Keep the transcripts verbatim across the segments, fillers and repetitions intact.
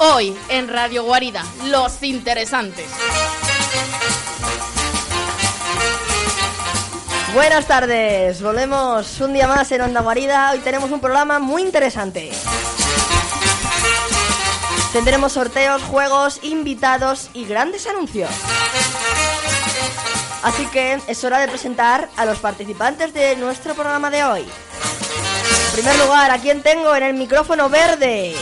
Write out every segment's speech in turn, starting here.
Hoy en Radio Guarida, los interesantes. Buenas tardes, volvemos un día más en Onda Guarida. Hoy tenemos un programa muy interesante. Tendremos sorteos, juegos, invitados y grandes anuncios. Así que es hora de presentar a los participantes de nuestro programa de hoy. En primer lugar, ¿a quién tengo en el micrófono verde?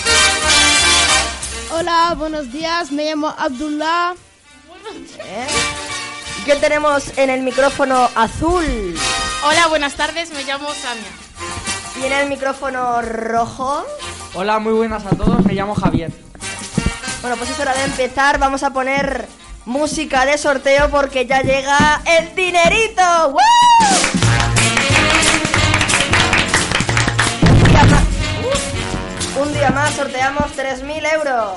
Hola, buenos días, me llamo Abdullah. ¿Eh? ¿Y quién tenemos en el micrófono azul? Hola, buenas tardes, me llamo Samia. ¿Y en el micrófono rojo? Hola, muy buenas a todos, me llamo Javier. Bueno, pues es hora de empezar, vamos a poner música de sorteo porque ya llega el dinerito. ¡Woo! Un día más, uh, un día más sorteamos tres mil euros.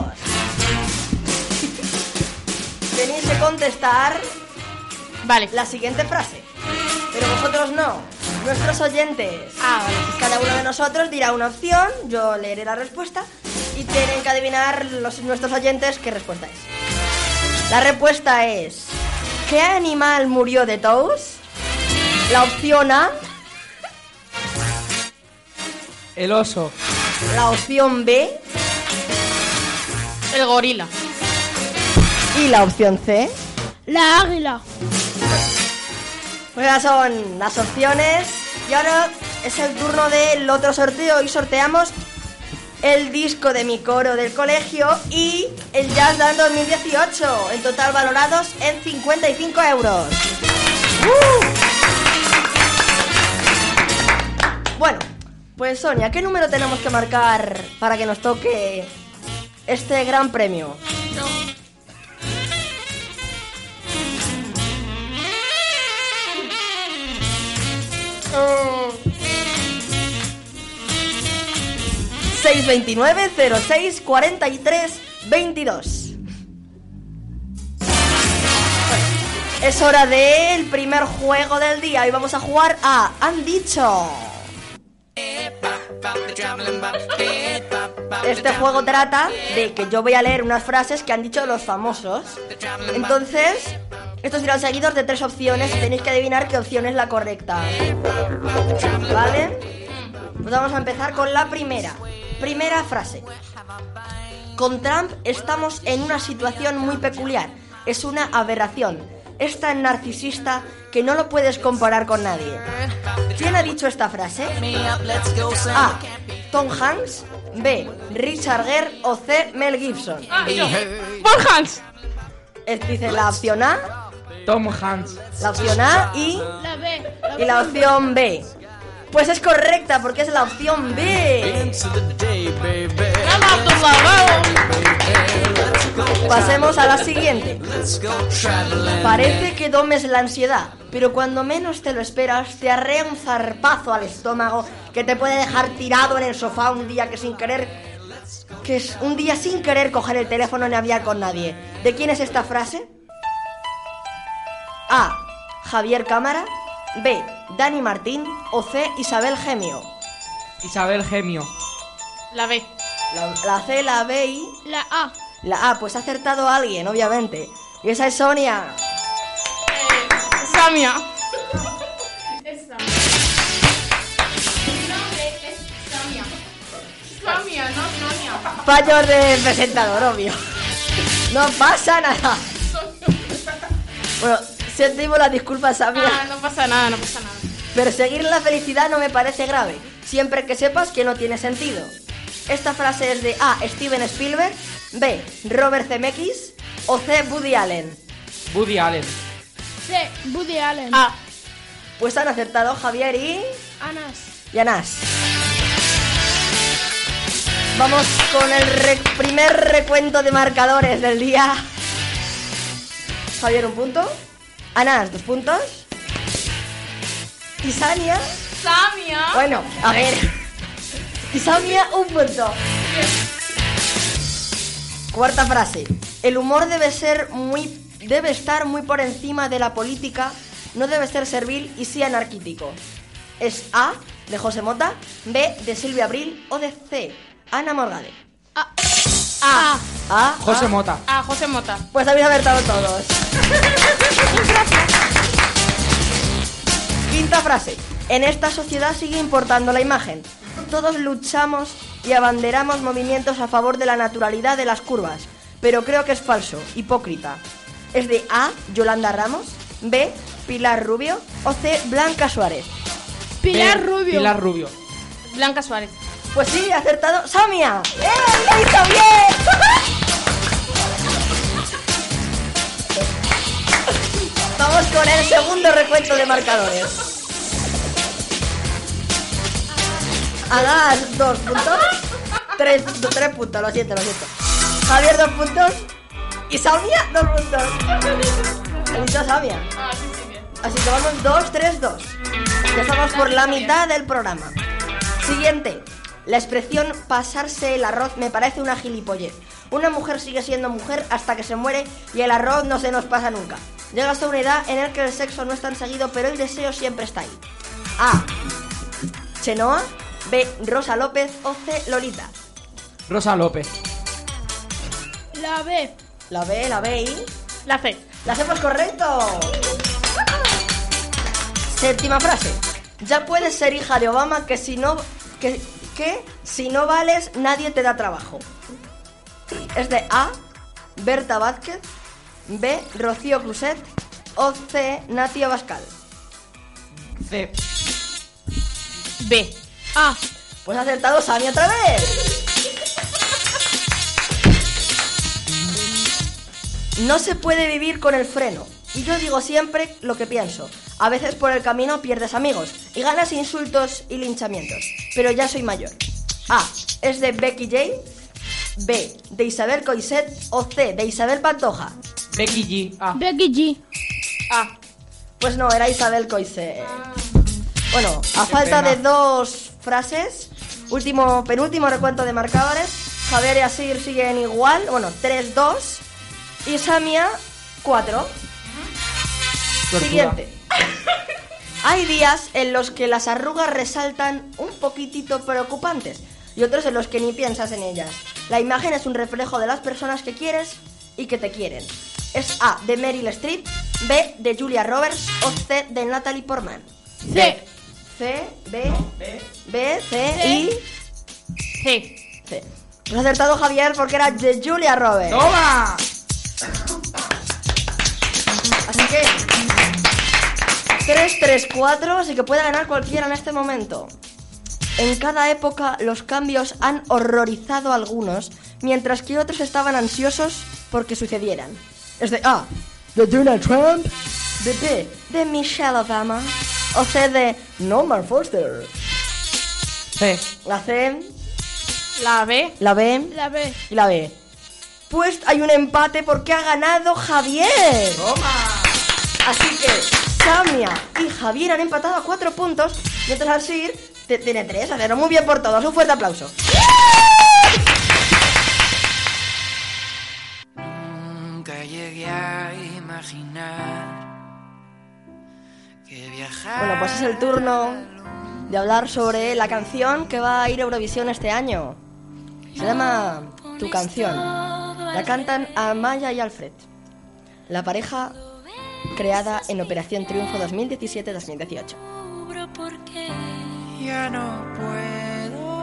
Tenéis que contestar Vale. la siguiente frase, pero vosotros no, nuestros oyentes. Ah, vale. Cada uno de nosotros dirá una opción, yo leeré la respuesta y tienen que adivinar los, nuestros oyentes qué respuesta es. La respuesta es: ¿qué animal murió de tos? La opción A. El oso. La opción B. El gorila. Y la opción C. La águila. Pues esas son las opciones. Y ahora es el turno del otro sorteo y sorteamos el disco de mi coro del colegio y el Jazz Dance dos mil dieciocho, en total valorados en cincuenta y cinco euros. ¡Uh! Bueno, pues Sonia, ¿qué número tenemos que marcar para que nos toque este gran premio? seis veintinueve cero seis cuarenta y tres veintidós. Es hora del primer juego del día y vamos a jugar a Han dicho. Este juego trata de que yo voy a leer unas frases que han dicho los famosos. Entonces, estos irán seguidos de tres opciones y tenéis que adivinar qué opción es la correcta. ¿Vale? Pues vamos a empezar con la primera. Primera frase. Con Trump estamos en una situación muy peculiar. Es una aberración. Es tan narcisista que no lo puedes comparar con nadie. ¿Quién ha dicho esta frase? A. Tom Hanks. B. Richard Gere. O C. Mel Gibson. Ah, yo. Paul Hanks. Él dice la opción A. Tom Hanks. La opción A y... La B. Y la opción B. Pues es correcta porque es la opción B. Pasemos a la siguiente. Parece que domes la ansiedad, pero cuando menos te lo esperas te arrea un zarpazo al estómago que te puede dejar tirado en el sofá un día que sin querer que es un día sin querer coger el teléfono ni hablar con nadie. ¿De quién es esta frase? A. Javier Cámara. B. Dani Martín. O C. Isabel Gemio. Isabel Gemio. La B. La, la C, la B y... La A. La A, pues ha acertado a alguien, obviamente. Y esa es Sonia. Eh, Samia. Es Samia. Mi nombre es Samia. Samia, no Sonia. Fallos de presentador, obvio. No pasa nada. Bueno, sentimos las disculpas, Samia. Ah, no pasa nada, no pasa nada. Perseguir la felicidad no me parece grave, siempre que sepas que no tiene sentido. Esta frase es de A. Steven Spielberg. B. Robert Zemeckis. O C. Woody Allen. Woody Allen. C. Woody Allen. A. Pues han acertado Javier y... Anas. y Anás. Vamos con el re- primer recuento de marcadores del día. Javier, un punto. Anás, dos puntos. Y Sania... Samia. Bueno, a ver. Y Samia, un punto. Cuarta frase. El humor debe ser muy... debe estar muy por encima de la política. No debe ser servil y sí anarquítico. Es A, de José Mota. B, de Silvia Abril. O de C, Ana Morgade. A. A. A. A. José A. Mota. A. José Mota. Pues habéis acertado todos. Quinta frase. En esta sociedad sigue importando la imagen. Todos luchamos y abanderamos movimientos a favor de la naturalidad de las curvas, pero creo que es falso, hipócrita. Es de A. Yolanda Ramos, B. Pilar Rubio o C. Blanca Suárez. Pilar B, Rubio. Pilar Rubio. Blanca Suárez. Pues sí, ha acertado Samia. ¡Eh! ¡Lo hizo bien! Vamos con el segundo recuento de marcadores. Hagas dos puntos. Tres, tres puntos, lo siento, lo siento. Javier, dos puntos. Y Samia, dos puntos. He dicho Samia. Ah, sí, sí, bien. Así que vamos dos, tres, dos. Ya estamos por la mitad del programa. Siguiente. La expresión pasarse el arroz me parece una gilipollez. Una mujer sigue siendo mujer hasta que se muere y el arroz no se nos pasa nunca. Llega hasta una edad en la que el sexo no es tan seguido, pero el deseo siempre está ahí. A. Chenoa. B. Rosa López o C. Lolita. Rosa López. La B. La B, la B y... La C. ¡La hacemos correcto! Séptima frase. Ya puedes ser hija de Obama que si no... Que, que si no vales nadie te da trabajo. Es de A. Berta Vázquez, B. Rocío Cluset o C. Natia Bascal. C. B. A. Pues ha acertado Samia otra vez. No se puede vivir con el freno. Y yo digo siempre lo que pienso. A veces por el camino pierdes amigos y ganas insultos y linchamientos. Pero ya soy mayor. A. Es de Becky J. B. De Isabel Coixet o C. De Isabel Pantoja. Becky G. A. Becky G. A. Pues no, era Isabel Coixet. Bueno, a Qué falta pena. de dos frases, último, penúltimo recuento de marcadores. Javier y Asir siguen igual, bueno, tres dos. Y Samia, cuatro. Suertuda. Siguiente. Hay días en los que las arrugas resaltan un poquitito preocupantes y otros en los que ni piensas en ellas. La imagen es un reflejo de las personas que quieres y que te quieren. Es A. de Meryl Streep, B. de Julia Roberts o C. de Natalie Portman. C. C, B, B, C y C. C. Lo has acertado, Javier, porque era de Julia Roberts. ¡Toma! Así que tres tres cuatro, así que puede ganar cualquiera en este momento. En cada época los cambios han horrorizado a algunos, mientras que otros estaban ansiosos porque sucedieran. Es de A. de Donald Trump, de B. de Michelle Obama o C. de Norman Foster. C. La C, La B. la B La B. y la B. Pues hay un empate porque ha ganado Javier. ¡Toma! Así que Samia y Javier han empatado a cuatro puntos, mientras Asir t- tiene tres. Hacerlo muy bien por todos. Un fuerte aplauso. Nunca llegué a imaginar que viajar. Bueno, pues es el turno de hablar sobre la canción que va a ir a Eurovisión este año. Se llama Tu Canción. La cantan Amaya y Alfred, la pareja creada en Operación Triunfo dos mil diecisiete dos mil dieciocho. Ya no puedo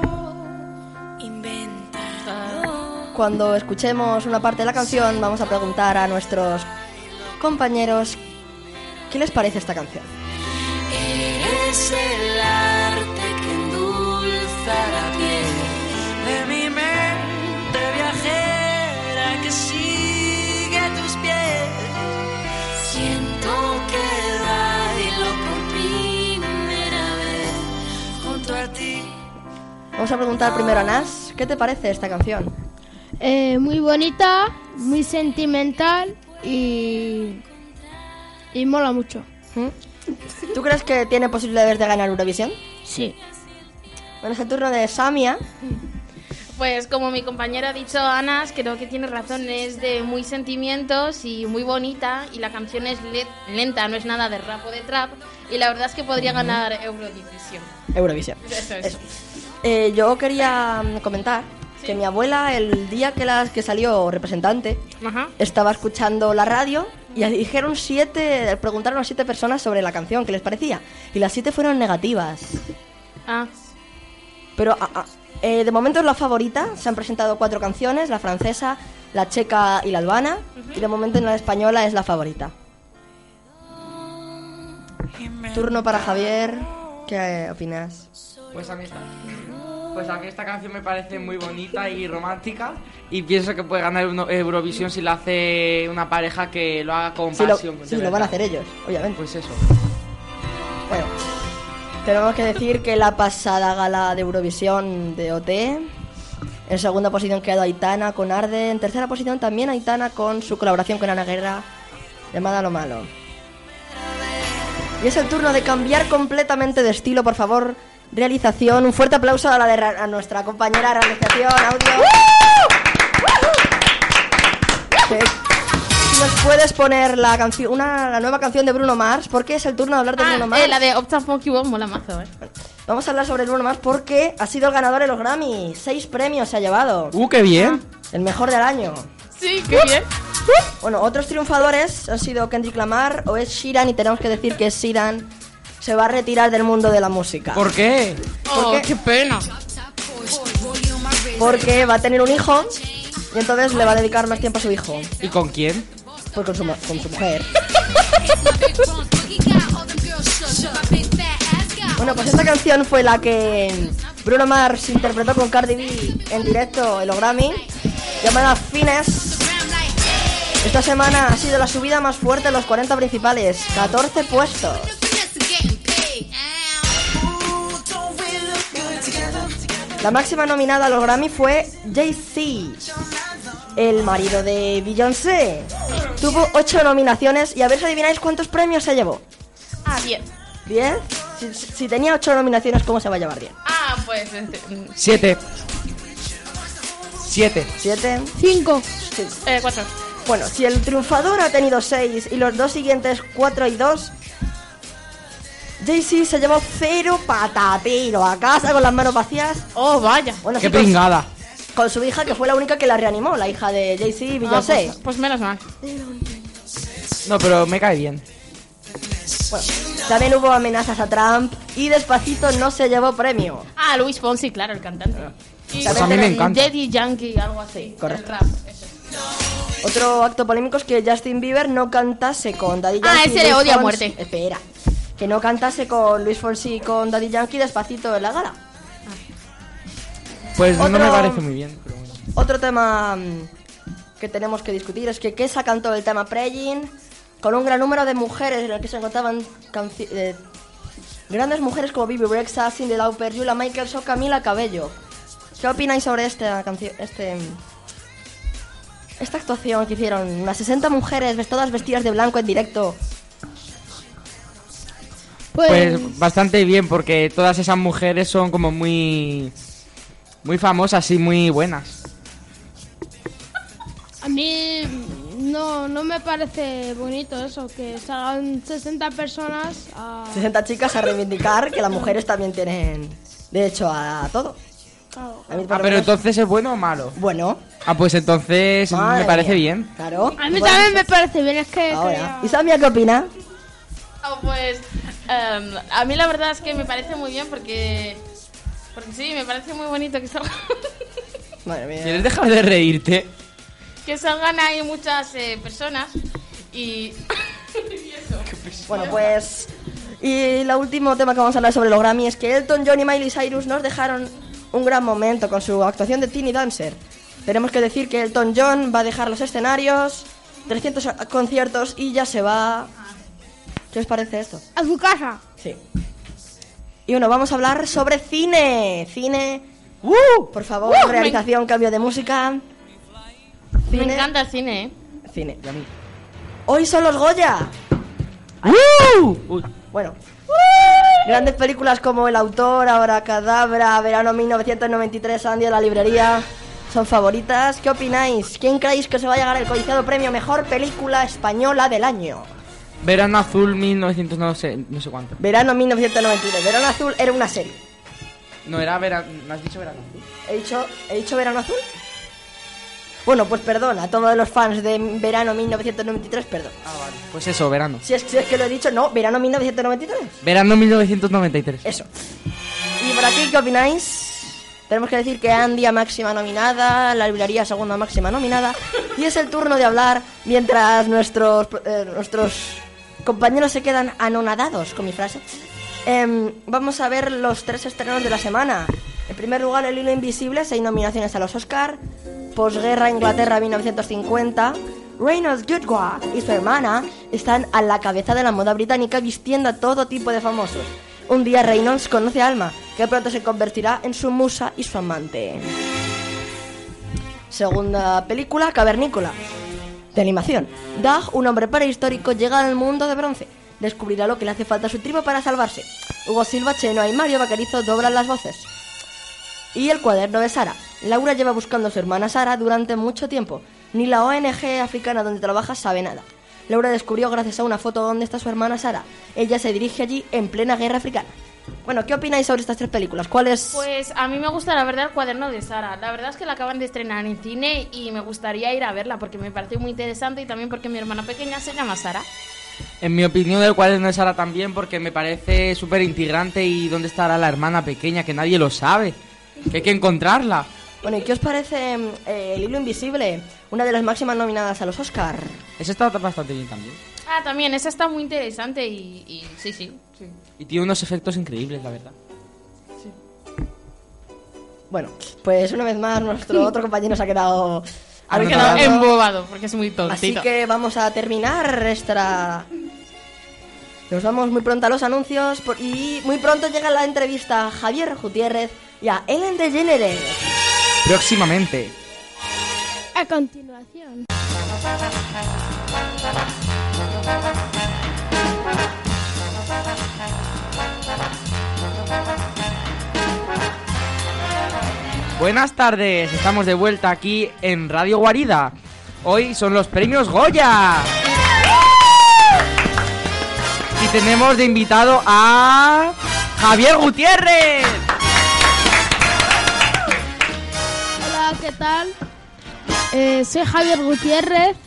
inventar. Cuando escuchemos una parte de la canción, vamos a preguntar a nuestros compañeros qué les parece esta canción. Eres el arte que endulza la piel de mi mente viajera que sigue a tus pies. Siento que bailo por primera vez junto a ti. Vamos a preguntar primero a Nas, ¿qué te parece esta canción? Eh, muy bonita, muy sentimental y. y mola mucho. ¿Mm? ¿Tú crees que tiene posibilidades de ganar Eurovisión? Sí. Bueno, es el turno de Samia. Pues como mi compañera ha dicho, Anas, creo que tiene razón, es de muy sentimientos y muy bonita, y la canción es le- lenta, no es nada de rap o de trap, y la verdad es que podría ganar Eurovisión. Eurovisión. Eso es. Eso. Eh, yo quería mm, comentar Sí. que mi abuela, el día que, las, que salió representante, Ajá. estaba escuchando la radio y dijeron siete, preguntaron a siete personas sobre la canción, qué les parecía. Y las siete fueron negativas. Ah. Pero a- a- eh, de momento es la favorita. Se han presentado cuatro canciones, la francesa, la checa y la albana. Y de momento en la española es la favorita. Turno para Javier. ¿Qué opinas? Pues a mí esta, pues a mí esta canción me parece muy bonita y romántica y pienso que puede ganar uno- Eurovisión si la hace una pareja que lo haga con Sí, lo, pasión. de sí, lo verdad. van a hacer ellos, obviamente. Pues eso. Bueno, tenemos que decir que la pasada gala de Eurovisión de O T, en segunda posición quedó Aitana con Arde, en tercera posición también Aitana con su colaboración con Ana Guerra, llamada Lo Malo. Y es el turno de cambiar completamente de estilo, por favor, realización. Un fuerte aplauso a, la de ra- a nuestra compañera de realización, audio. Que- si nos puedes poner la canción, una la nueva canción de Bruno Mars, porque es el turno de hablar de Ah, Bruno Mars. eh, la de Uptown Funky Bomb mola mazo, eh. Vamos a hablar sobre Bruno Mars porque ha sido el ganador de los Grammy. Seis premios se ha llevado. ¡Uh, qué bien! El mejor del año. Sí, qué bien. Bueno, otros triunfadores han sido Kendrick Lamar o Ed Sheeran, y tenemos que decir que Ed Sheeran se va a retirar del mundo de la música. ¿Por qué? Oh, qué? qué pena. Porque va a tener un hijo y entonces le va a dedicar más tiempo a su hijo. ¿Y con quién? Pues con su, ma- con su mujer. Bueno, pues esta canción fue la que Bruno Mars interpretó con Cardi B en directo en los Grammy, llamada Finesse. Esta semana ha sido la subida más fuerte en los cuarenta principales, catorce puestos. La máxima nominada a los Grammy fue Jay-Z, el marido de Beyoncé. Tuvo ocho nominaciones y a ver si adivináis cuántos premios se llevó. Ah, bien. ¿diez? Si, si tenía ocho nominaciones, ¿cómo se va a llevar diez? Ah, pues este, mm, Siete. Siete. ¿siete? Cinco. Sí. eh, cuatro. Bueno, si el triunfador ha tenido seis y los dos siguientes cuatro y dos, Jay-Z se llevó cero patatero a casa con las manos vacías. Oh, vaya. Bueno, ¡Qué sí, con, pringada! con su hija, que fue la única que la reanimó, la hija de Jay-Z y Ah, Beyoncé. pues, pues menos mal. No, pero me cae bien. Bueno, también hubo amenazas a Trump y Despacito no se llevó premio. Ah, Luis Fonsi, claro, el cantante. Y Pues a mí me encanta. Daddy Yankee, algo así. Correcto. El rap, eso. Otro acto polémico es que Justin Bieber no cantase con Daddy Yankee. Ah, y ese le Luis odia a Fonsi- muerte. Espera. Que no cantase con Luis Fonsi y con Daddy Yankee Despacito en la gala. Pues no Otro- me parece muy bien, pero bueno. Otro tema mm, que tenemos que discutir es que Kesha cantó el tema Praying con un gran número de mujeres en el que se encontraban canci- eh, grandes mujeres como Bibi Rexha, Cyndi Lauper, Julia Michaels o Camila Cabello. ¿Qué opináis sobre esta canción, este, esta actuación que hicieron? Unas sesenta mujeres todas vestidas de blanco en directo. Pues, Pues bastante bien, porque todas esas mujeres son como muy... Muy famosas y muy buenas. a mí no, no me parece bonito eso, que salgan sesenta personas a... sesenta chicas a reivindicar que las mujeres también tienen derecho a todo. Claro. A mí, por Ah, lo pero menos- entonces es bueno o malo. Bueno, Ah, pues entonces madre me parece mía. bien. Claro. A mí Bueno, también me parece bien, es que... Ahora. que- ¿Y Samia qué opina? Oh, pues em, a mí la verdad es que me parece muy bien porque porque sí, me parece muy bonito que salgan Madre mía. ¿Quieres dejar de reírte? que salgan ahí muchas eh, personas y, y eso. Bueno, pues... Y el último tema que vamos a hablar sobre los Grammy es que Elton John y Miley Cyrus nos dejaron un gran momento con su actuación de Teeny Dancer. Tenemos que decir que Elton John va a dejar los escenarios, trescientos conciertos y ya se va... ¿Qué os parece esto? A su casa. Sí. Y bueno, vamos a hablar sobre cine. Cine... ¡Uh! Por favor, ¡Uh! realización, cambio de música. Me encanta el cine, ¿eh? Cine. Hoy son los Goya. Uy, Bueno, grandes películas como El Autor, Abracadabra, Verano mil novecientos noventa y tres, Sandy de la librería son favoritas. ¿Qué opináis? ¿Quién creéis que se va a llegar el codiciado premio Mejor Película Española del Año? Verano Azul mil novecientos no sé, no sé cuánto. Verano mil novecientos noventa y tres. Verano Azul era una serie. No era verano... ¿No has dicho verano azul? ¿He dicho, ¿He dicho Verano Azul? Bueno, pues perdón, a todos los fans de Verano mil novecientos noventa y tres, perdón. Ah, vale. Pues eso, verano. Si es, si es que lo he dicho, no, Verano mil novecientos noventa y tres. Verano mil novecientos noventa y tres. Eso. Y por aquí, ¿qué opináis? Tenemos que decir que Andy a máxima nominada, la librería segunda máxima nominada. Y es el turno de hablar mientras nuestros, eh, nuestros compañeros se quedan anonadados con mi frase. Eh, vamos a ver los tres estrenos de la semana. En primer lugar, El hilo invisible, seis nominaciones a los Oscar. Posguerra Inglaterra mil novecientos cincuenta. Reynolds Goodwin y su hermana están a la cabeza de la moda británica vistiendo a todo tipo de famosos. Un día Reynolds conoce a Alma, que pronto se convertirá en su musa y su amante. Segunda película, Cavernícola, de animación. Doug, un hombre prehistórico, llega al mundo de bronce. Descubrirá lo que le hace falta a su tribu para salvarse. Hugo Silva, Chenoa y Mario Vaquerizo doblan las voces. Y El cuaderno de Sara. Laura lleva buscando a su hermana Sara durante mucho tiempo. Ni la O N G africana donde trabaja sabe nada. Laura descubrió gracias a una foto donde está su hermana Sara. Ella se dirige allí en plena guerra africana. Bueno, ¿qué opináis sobre estas tres películas? ¿Cuál es...? Pues a mí me gusta, la verdad, El cuaderno de Sara. La verdad es que la acaban de estrenar en cine y me gustaría ir a verla porque me pareció muy interesante y también porque mi hermana pequeña se llama Sara. En mi opinión, El cuaderno de Sara también, porque me parece súper integrante. Y dónde estará la hermana pequeña, que nadie lo sabe, que hay que encontrarla. Bueno, ¿y qué os parece eh, El hilo invisible? Una de las máximas nominadas a los Oscar. Esa está bastante bien también. Ah, también, esa está muy interesante y, y sí, sí, sí. Y tiene unos efectos increíbles, la verdad. Bueno, pues una vez más nuestro otro compañero se ha quedado... Ha anonadado. quedado embobado porque es muy tontito. Así que vamos a terminar esta... Nos vamos muy pronto a los anuncios por- y muy pronto llega la entrevista a Javier Gutiérrez y a Ellen DeGeneres. Próximamente. A continuación. Buenas tardes, estamos de vuelta aquí en Radio Guarida. Hoy son los premios Goya. Y tenemos de invitado a Javier Gutiérrez. Hola, ¿qué tal? Eh, soy Javier Gutiérrez.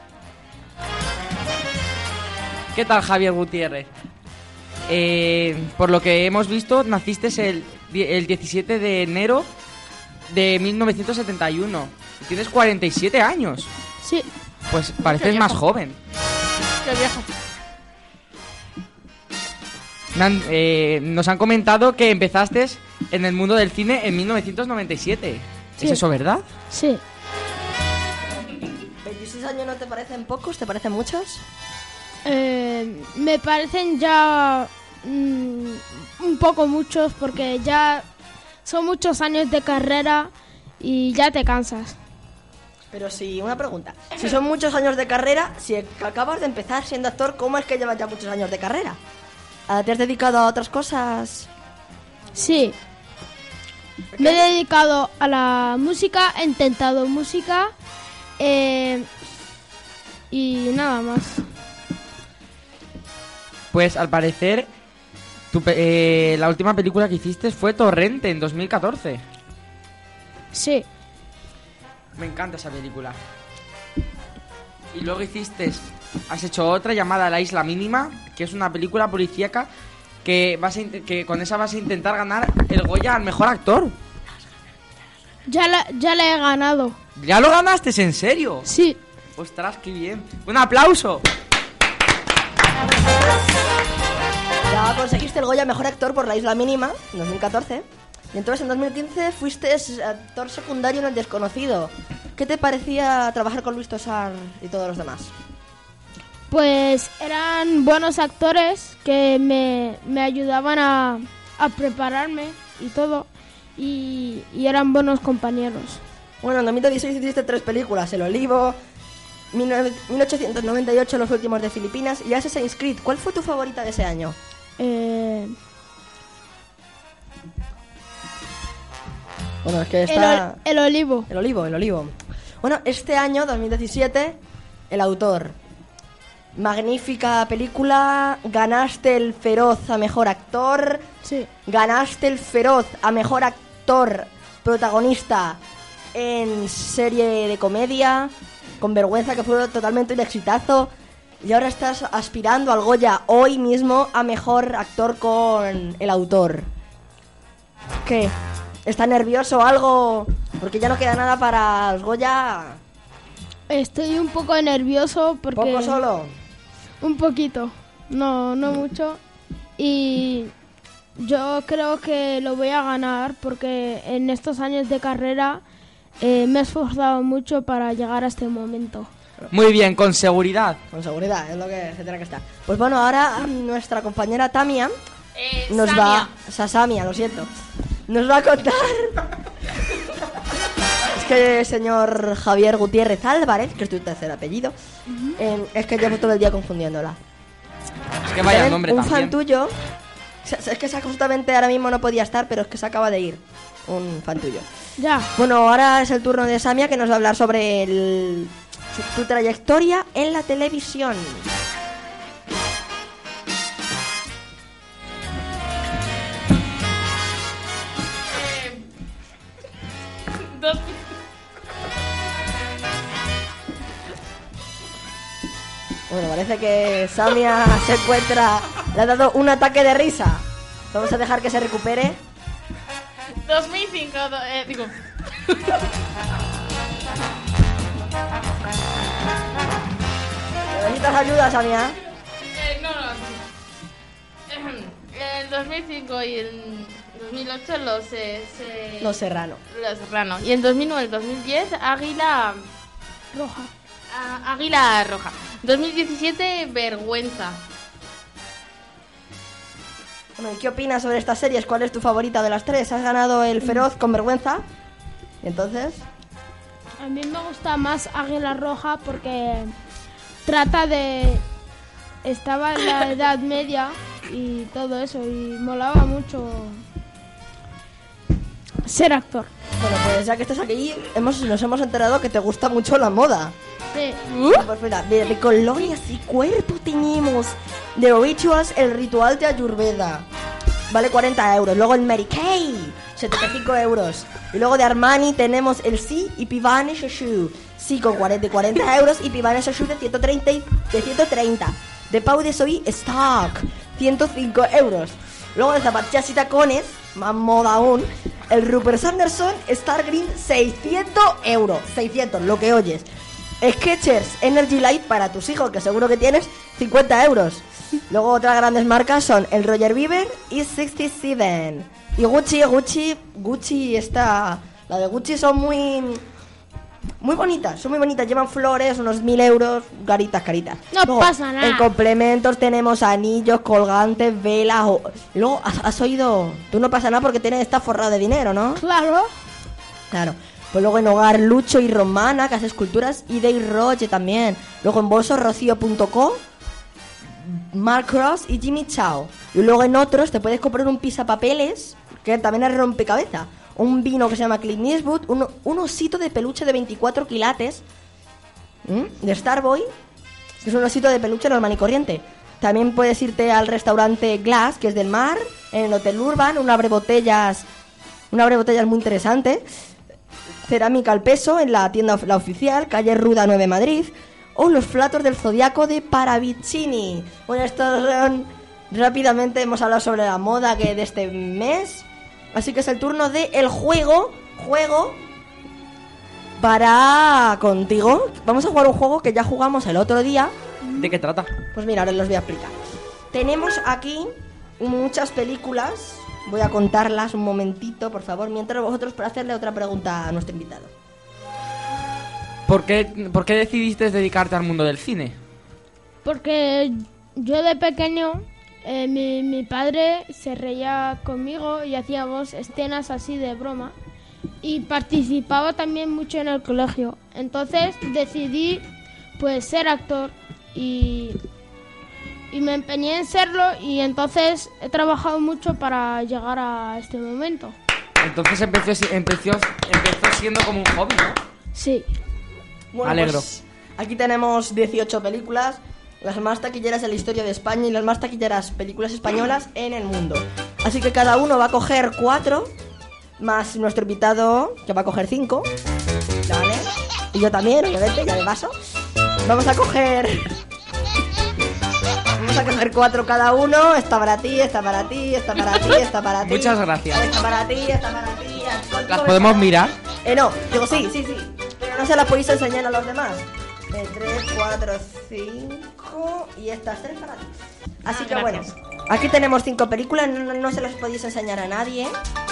¿Qué tal, Javier Gutiérrez? Eh, por lo que hemos visto, naciste el, die- el diecisiete de enero de mil novecientos setenta y uno. Y tienes cuarenta y siete años. Sí, Pues pareces más joven. Qué viejo. Me han- eh, nos han comentado que empezaste en el mundo del cine en mil novecientos noventa y siete. Sí. ¿Es eso verdad? sí. ¿veintiséis años no te parecen pocos? ¿Te parecen muchos? Eh, me parecen ya mm, un poco muchos porque ya son muchos años de carrera y ya te cansas. Pero sí, una pregunta. Si son muchos años de carrera, si acabas de empezar siendo actor, ¿cómo es que llevas ya muchos años de carrera? Ah, ¿te has dedicado a otras cosas? Sí. Me he dedicado a la música, he intentado música eh, y nada más. Pues al parecer, tu pe- eh, la última película que hiciste fue Torrente en dos mil catorce. Sí, Me encanta esa película. Y luego hiciste, has hecho otra llamada La Isla Mínima, que es una película policíaca que, vas a int- que con esa vas a intentar ganar el Goya al mejor actor. ya, la, ya le he ganado. ¿Ya lo ganaste, en serio? Sí, Ostras, qué bien. ¡Un aplauso! Ya conseguiste el Goya Mejor Actor por La Isla Mínima, en dos mil catorce. Y entonces en dos mil quince fuiste actor secundario en El Desconocido. ¿Qué te parecía trabajar con Luis Tosar y todos los demás? pues eran buenos actores que me, me ayudaban a, a prepararme y todo. Y, y eran buenos compañeros. Bueno, en dos mil dieciséis hiciste tres películas: El Olivo, mil ochocientos noventa y ocho, Los Últimos de Filipinas y Assassin's Creed. ¿Cuál fue tu favorita de ese año? Eh, Bueno, es que el, está... ol- el olivo. El Olivo, El Olivo. Bueno, este año, dos mil diecisiete, el autor. magnífica película. Ganaste el Feroz a mejor actor. Sí. Ganaste el Feroz a mejor actor protagonista en serie de comedia. Con Vergüenza, que fue totalmente un exitazo. Y ahora estás aspirando al Goya hoy mismo a mejor actor con el autor. ¿Qué? ¿Está nervioso o algo? Porque ya no queda nada para el Goya. Estoy un poco nervioso porque... ¿Poco solo? Un poquito, no, no mucho. Y yo creo que lo voy a ganar porque en estos años de carrera eh, me he esforzado mucho para llegar a este momento. Muy bien, con seguridad. Con seguridad, es lo que se tiene que estar. Pues bueno, ahora nuestra compañera Tamia Eh, nos Samia. va... Sasamia, lo siento. Nos va a contar... Es que el señor Javier Gutiérrez Álvarez, que es tu tercer apellido, eh, es que llevo todo el día confundiéndola. Es que vaya ¿Saben? nombre Un también. fan tuyo... Es que esa justamente ahora mismo no podía estar, pero es que se acaba de ir. Un fan tuyo. Ya. Bueno, ahora es el turno de Samia, que nos va a hablar sobre el, su- tu trayectoria en la televisión. Dos... Bueno, parece que Samia se encuentra... Le ha dado un ataque de risa. Vamos a dejar que se recupere. dos mil cinco, do- eh, digo... ¿Necesitas ayuda, Samia? Eh, no, no. En dos mil cinco y en dos mil ocho los... eh, se- Los Serrano. Los Serrano. Y en dos mil nueve y dos mil diez, Águila... Roja. ah, Águila Roja. dos mil diecisiete, Vergüenza. Bueno, ¿y qué opinas sobre estas series? ¿Cuál es tu favorita de las tres? ¿Has ganado el Feroz con Vergüenza? ¿Y entonces? A mí me gusta más Águila Roja porque trata de... Estaba en la Edad Media y todo eso y molaba mucho ser actor. Bueno, pues ya que estás aquí, hemos, nos hemos enterado que te gusta mucho la moda. Sí. Pues mira, de, de colonias y cuerpo tenemos The Rituals, el ritual de Ayurveda. Vale cuarenta euros. Luego el Mary Kay, setenta y cinco euros. Y luego de Armani tenemos el Sí y Pivane Shoshu. Sí con cuarenta, cuarenta euros y Pivane Shoshu de ciento treinta. y- De ciento treinta. De Pau de Soy Stock, ciento cinco euros. Luego de zapatillas y tacones, más moda aún, el Rupert Sanderson Star Green, seiscientos euros. seiscientos, lo que oyes. Skechers Energy Light para tus hijos, que seguro que tienes, cincuenta euros. Luego otras grandes marcas son el Roger Viver y sesenta y siete. Y Gucci, Gucci, Gucci está... La de Gucci son muy... Muy bonitas, son muy bonitas. Llevan flores, unos mil euros, caritas, caritas. No pasa nada. En complementos tenemos anillos, colgantes, velas... O... Luego, ¿has, has oído? Tú no pasa nada porque tienes, está forrado de dinero, ¿no? Claro. Claro. Pues luego en Hogar Lucho y Romana, que hace esculturas, y Day Roche también. Luego en bolsos Rocío punto com, Mark Ross y Jimmy Chao. Y luego en otros te puedes comprar un pisapapeles, que también es rompecabezas. Un vino que se llama Clint Eastwood, un, un osito de peluche de veinticuatro quilates, ¿m? de Starboy, que es un osito de peluche normal y corriente. También puedes irte al restaurante Glass, que es del mar, en el Hotel Urban, un abrebotellas, un abrebotellas muy interesante. Cerámica al peso en la tienda of- la oficial, calle Ruda nueve Madrid, o los platos del Zodiaco de Paravicini. Bueno, estos son... Rápidamente hemos hablado sobre la moda que de este mes, así que es el turno de el juego, juego para contigo. Vamos a jugar un juego que ya jugamos el otro día. ¿De qué trata? Pues mira, ahora los voy a explicar. Tenemos aquí muchas películas. Voy a contarlas un momentito, por favor, mientras vosotros para hacerle otra pregunta a nuestro invitado. ¿Por qué, por qué decidiste dedicarte al mundo del cine? Porque yo de pequeño, eh, mi, mi padre se reía conmigo y hacíamos escenas así de broma. Y participaba también mucho en el colegio. Entonces decidí pues ser actor y, y me empeñé en serlo y entonces he trabajado mucho para llegar a este momento. Entonces empezó, si- empezó, empezó siendo como un hobby, ¿no? Sí. Bueno, Alegro. pues, aquí tenemos dieciocho películas. las más taquilleras de la historia de España y las más taquilleras películas españolas en el mundo. Así que cada uno va a coger cuatro, más nuestro invitado, que va a coger cinco. ¿Vale? Y yo también, obviamente, ya de paso. Vamos a coger... Vamos a coger cuatro cada uno. Esta para ti, esta para ti, esta para ti, esta para ti. Muchas gracias. Esta para ti, esta para ti. ¿Las podemos mirar? Eh, no, digo sí, sí, sí. Pero no se las podéis enseñar a los demás. Eh, tres, cuatro, cinco y estas tres para ti. Así Ah, que gracias. bueno, aquí tenemos cinco películas, no, no, no se las podéis enseñar a nadie.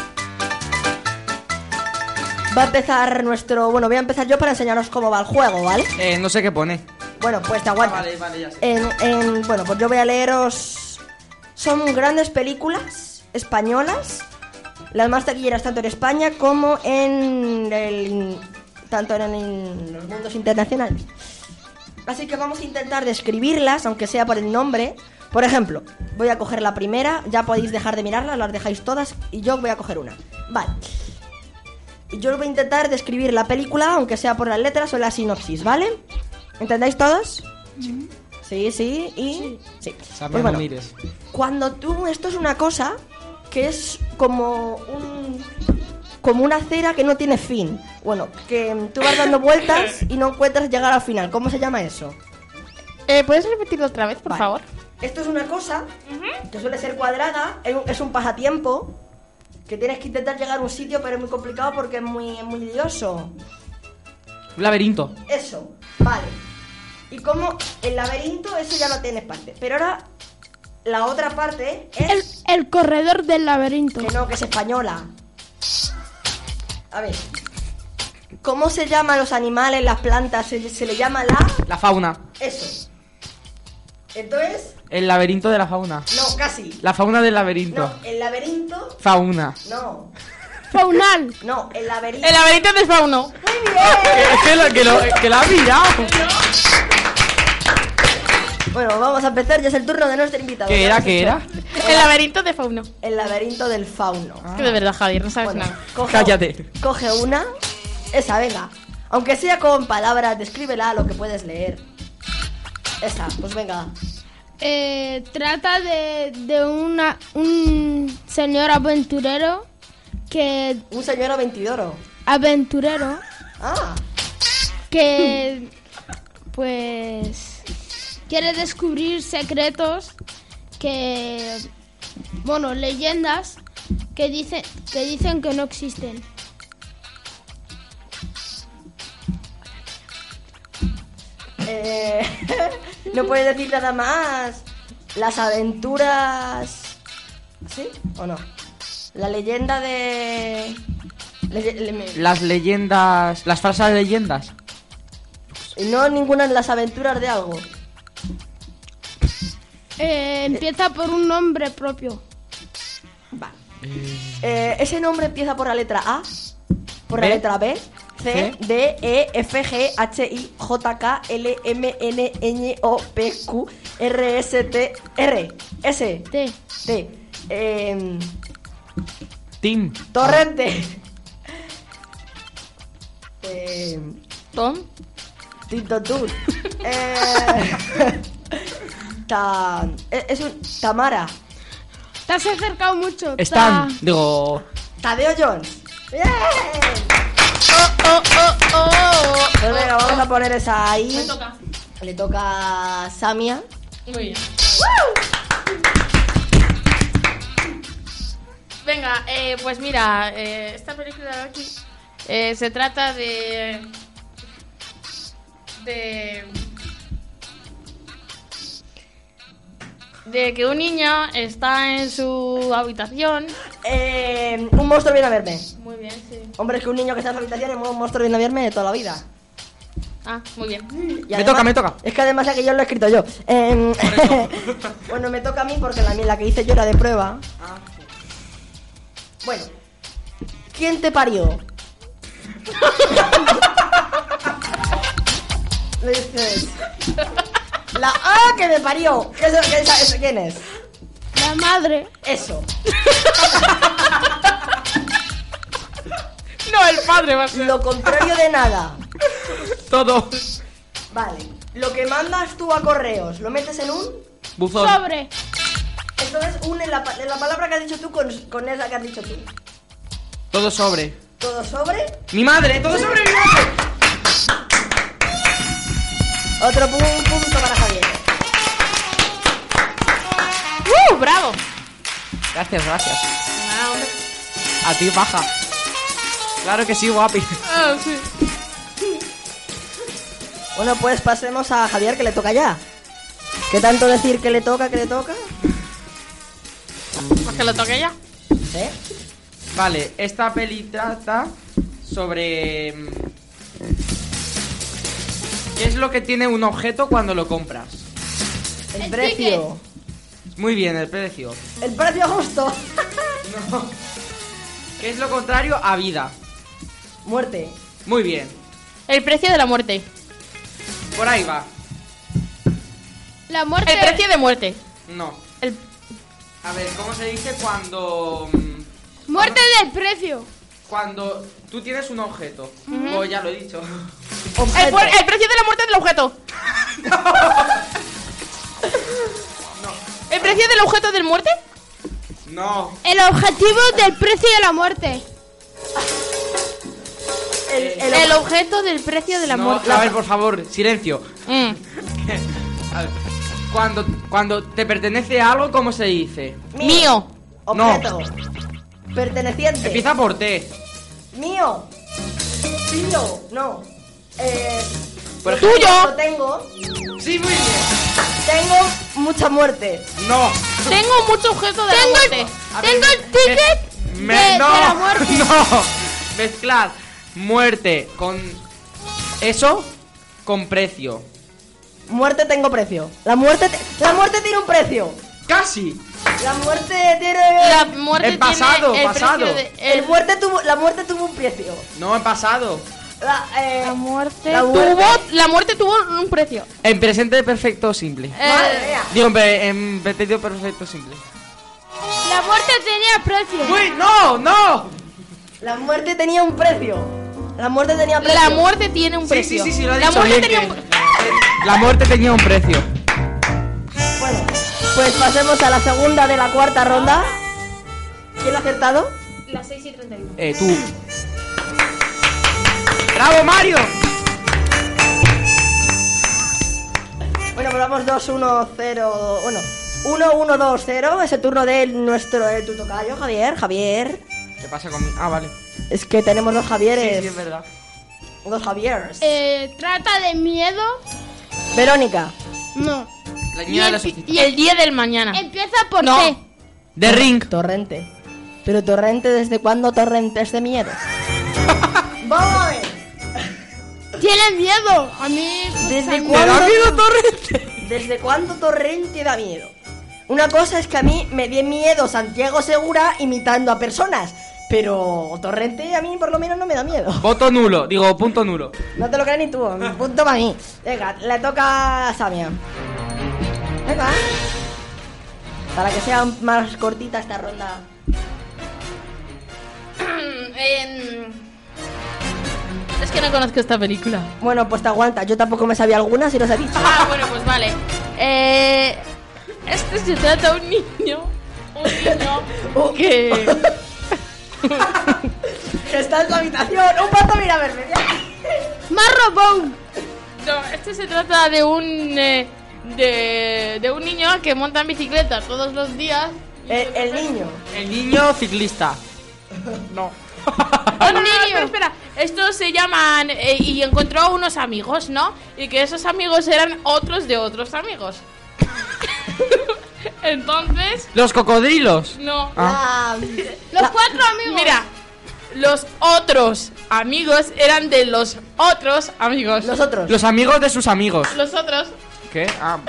Va a empezar nuestro... Bueno, voy a empezar yo para enseñaros cómo va el juego, ¿vale? Eh, no sé qué pone. Bueno, pues te aguantas. Vale, vale, ya sé. En, en, bueno, pues yo voy a leeros... Son grandes películas españolas, las más taquilleras tanto en España como en el... tanto en, en los mundos internacionales. Así que vamos a intentar describirlas, aunque sea por el nombre. Por ejemplo, voy a coger la primera, ya podéis dejar de mirarlas, las dejáis todas y yo voy a coger una. Vale. Y yo voy a intentar describir la película, aunque sea por las letras o la sinopsis, ¿vale? ¿Entendéis todos? Sí, sí, y... Sí. Samia, Pues bueno, no mires. cuando tú... Esto es una cosa que es como un... como una cera que no tiene fin. Bueno, que tú vas dando vueltas y no encuentras llegar al final. ¿Cómo se llama eso? Eh, ¿Puedes repetirlo otra vez, por Vale. favor? Esto es una cosa que suele ser cuadrada, es un- es un pasatiempo que tienes que intentar llegar a un sitio, pero es muy complicado porque es muy, es muy lioso. Un laberinto. Eso, vale. Y como el laberinto, eso ya no tiene parte. Pero ahora, la otra parte El, es... el corredor del laberinto. Que no, que es española. A ver. ¿Cómo se llaman los animales, las plantas? Se, se le llama la... La fauna. Eso. Entonces... El laberinto de la fauna. No, casi. La fauna del laberinto. No, el laberinto... Fauna. No. Faunal. No, el laberinto... El laberinto de Fauno. ¡Muy bien! Es que lo, que lo, que lo ha mirado. Bueno, vamos a empezar, ya es el turno de nuestro invitado. ¿Qué Ya era? hemos ¿Qué hecho era? El laberinto de Fauno. El laberinto del fauno. Es que de verdad, Javier, no sabes Bueno, nada. coge, Cállate. Coge una. Esa, venga. Aunque sea con palabras, descríbela lo que puedes leer. Esa, pues venga. Eh, trata de, de una, un señor aventurero que... Un señor aventidoro. Aventurero Ah, que... Pues... Quiere descubrir secretos que... Bueno, leyendas que dicen que, dicen que no existen. eh, no puedes decir nada más. Las aventuras... ¿Sí o no? La leyenda de... leye- le- me- Las leyendas. Las falsas leyendas. No ninguna de las aventuras de algo. Eh, empieza por un nombre propio. Va. Eh, ese nombre empieza por la letra A, por la B, letra B, C, C, D, E, F, G, H, I, J, K, L, M, N, Ñ, O, P, Q, R, S, T, R, S, T. T. Eh, Tim. torrente. Eh, Tom. Tito Tool. Eh, ta, es es un Tamara. Te has acercado mucho. Stan. Ta- Digo. Tadeo Jones. ¡Bien! Oh, oh, oh, oh. Pues venga, vamos a poner esa ahí. Me toca. Le toca a Samia. Muy bien. Venga, eh, pues mira, eh, esta película de aquí eh, se trata de... de... de que un niño está en su habitación. Eh, un monstruo viene a verme. Muy bien, sí. Hombre, es que un niño que está en su habitación es un monstruo viene a verme de toda la vida. Ah, muy bien. Y Me toca, me toca. Es que además es que yo lo he escrito yo. Em, bueno, me toca a mí porque la, la que hice yo era de prueba. Bueno. ¿Quién te parió? Le dices... La A que me parió. ¿Qué es, qué es- eso quién es? La madre. Eso. No, el padre va a ser. Lo contrario de nada. Todo. Vale. Lo que mandas tú a correos, ¿lo metes en un? Buzón. Sobre. Entonces une la, pa- la palabra que has dicho tú con, con esa que has dicho tú. Todo sobre. Todo sobre. Mi madre, todo sobre mi madre. Otro pu- punto para Javier. ¡Uh! ¡Bravo! Gracias, gracias. Ah, hombre. A ti, baja. Claro que sí, guapi. Ah, sí. Bueno, pues pasemos a Javier, que le toca ya. ¿Qué tanto decir que le toca, que le toca? Pues que lo toque ya. ¿Eh? Vale, esta peli trata sobre... mm, ¿qué es lo que tiene un objeto cuando lo compras? El, El precio. Muy bien, el precio. El precio justo. No. ¿Qué es lo contrario a vida? Muerte. Muy bien. El precio de la muerte. Por ahí va. La muerte. El precio de muerte. No. El... A ver, ¿cómo se dice cuando... mm, Muerte del precio. cuando tú tienes un objeto? Oh, ya lo he dicho. El, Objeto. pu- el precio de la muerte del objeto. ¿El precio del objeto del muerte? No. El objetivo del precio de la muerte. El, el El ob- objeto del precio de la No, muerte. a ver, por favor, silencio. Mm. A ver, Cuando, cuando te pertenece a algo, ¿cómo se dice? Mío. Objeto. Perteneciente. Empieza por T. Mío. Tuyo. No. Eh. Por lo ejemplo- tengo, Lo tengo. Sí, muy bien. Tengo mucha muerte. No. Tengo mucho objeto de la muerte. A ver, Tengo el me- ticket me- de- no, de la muerte. No. Mezclar muerte con eso con precio. Muerte tengo precio. La muerte, te- la muerte tiene un precio. Casi. La muerte tiene. La muerte En pasado, tiene el pasado. precio de- El el- muerte tuvo, la muerte tuvo un precio. No, en pasado. La, eh, La muerte, La tuvo, muerte. la muerte tuvo un precio. En presente perfecto simple. Madre Eh, mía. Digo, en, pre- en pretérito perfecto simple. La muerte tenía precio. ¡Uy, no, no! La muerte tenía un precio. La muerte tenía precio. la muerte tiene un Sí, precio. sí, sí, sí, lo ha la dicho muerte bien, tenía que- un... La muerte tenía un precio. Bueno, pues pasemos a la segunda de la cuarta ronda. ¿Quién lo ha acertado? Las seis y treinta y uno. Eh, tú. ¡Bravo, Mario! Bueno, pues vamos dos uno cero. Bueno, uno uno dos cero. Es el turno de nuestro de tu tocayo, Javier. Javier. ¿Qué pasa conmigo? Ah, vale. Es que tenemos dos Sí, Javieres. sí, es verdad. Dos Javieres. Eh, trata de miedo. Verónica. No. La Y niña de el, la pi- sociedad. y El el- día del mañana. empieza por No. T. The Ring. Torrente. Pero Torrente, ¿desde cuándo Torrente es de miedo? Vamos a ver. Tiene miedo. A mí. pues, ¿Desde a mí- cuándo? da miedo Torrente? ¿Desde cuándo Torrente da miedo? Una cosa es que a mí me dio miedo Santiago Segura imitando a personas. Pero Torrente a mí por lo menos no me da miedo. Voto nulo. Digo, punto nulo. No te lo crees ni tú, un punto para mí. Venga, le toca a Samia. Venga. Para que sea más cortita esta ronda. En- Es que no conozco esta película. Bueno, pues te aguanta. Yo tampoco me sabía algunas y los he dicho. Ah, bueno, pues vale. Eh, este se trata de un niño. Un niño Uh. que. Que está en su habitación. Un pato, mira a verme. Marro Bone. No, este se trata de un. eh, de, de un niño que monta en bicicleta todos los días. El, el niño. El niño ciclista. No. Ah, no, no, espera, espera. Estos se llaman. eh, y encontró a unos amigos, ¿no? Y que esos amigos eran otros de otros amigos. Entonces. Los cocodrilos. No. Ah. La- Los cuatro amigos. Mira, los otros amigos eran de los otros amigos. Los otros. Los amigos de sus amigos. Los otros. ¿Qué? Ah.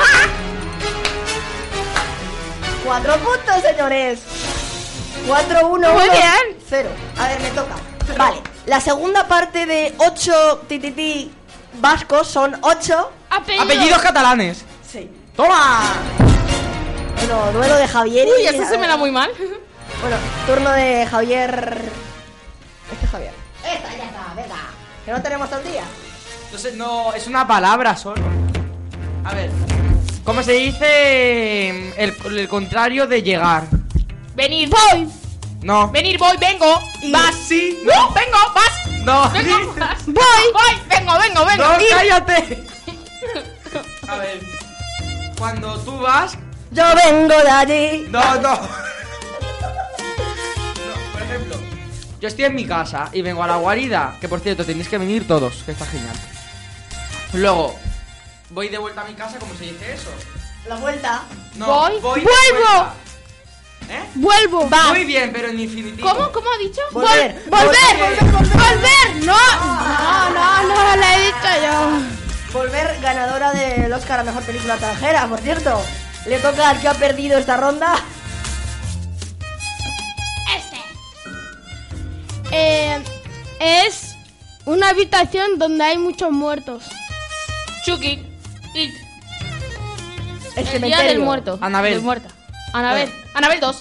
Cuatro puntos, señores. Cuatro, uno, Muy uno, bien. cero. A ver, me toca. Vale, la segunda parte de ocho tititi vascos son ocho. Apellido. Apellidos catalanes. Sí. ¡Toma! Bueno, duelo de Javier y... Uy, esto se me da muy mal. Bueno, turno de Javier... Este es Javier. Esta, ya está, venga. Que no tenemos todo el día. Entonces, no, es una palabra solo. A ver. ¿Cómo se dice el, el contrario de llegar? Venir, voy. No. Venir, voy, vengo. Y- Vas. Sí. No, vengo, vas. No. Vengo, vas. Voy. Voy, vengo, vengo, vengo. No, Ir. cállate. A ver. Cuando tú vas. Yo vengo de allí. No, no. No, por ejemplo, yo estoy en mi casa y vengo a la guarida. Que por cierto, tenéis que venir todos, que está genial. Luego, voy de vuelta a mi casa, ¿cómo se dice eso? La vuelta. No, Voy. de ¡Vuelvo! vuelta. ¿Eh? Vuelvo. Muy bien, pero en infinitivo. ¿Cómo? ¿Cómo ha dicho? Volver. Volver. Volver, volver, Volver. No. No, no, no, lo he dicho yo. Volver, ganadora del Oscar a Mejor Película Extranjera, por cierto. Le toca al que ha perdido esta ronda. Eh, es una habitación donde hay muchos muertos. Chucky. It. El El día cementerio. del muerto. Anabel. Del muerta. Anabel. Eh. Anabel dos.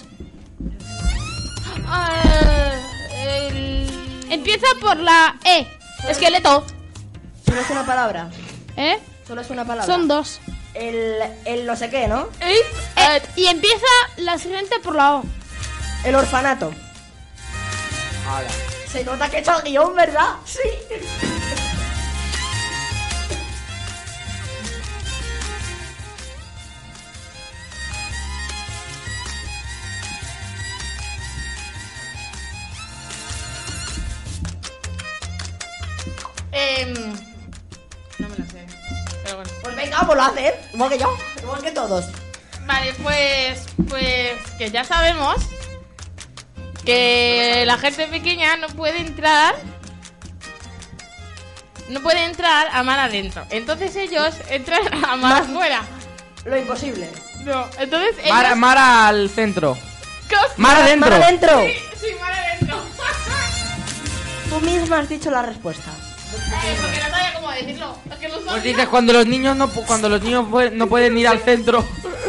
Ah, el... Empieza por la E. Esqueleto. Solo es una palabra. ¿Eh? Solo es una palabra. Son dos. El, el no sé qué, ¿no? It. Eh, y empieza la siguiente por la O. El orfanato. Hala. Se nota que he hecho el guión, ¿verdad? Sí. Em, no me lo sé. Pero bueno. Pues venga, pues lo hacen. Igual que yo. Igual que todos. Vale, pues. Pues. Que ya sabemos. Que la gente pequeña no puede entrar. No puede entrar a mar adentro. Entonces ellos entran a mar afuera. Lo imposible. No, entonces ellos. Mar, mar al centro. ¿Qué os- Mar adentro. Mar adentro. Sí, sí, mar adentro. Tú misma has dicho la respuesta. Eh, porque no sabía cómo decirlo. Es que no Pues sabía. dices cuando los niños no pu- cuando los niños pue- no pueden ir al centro.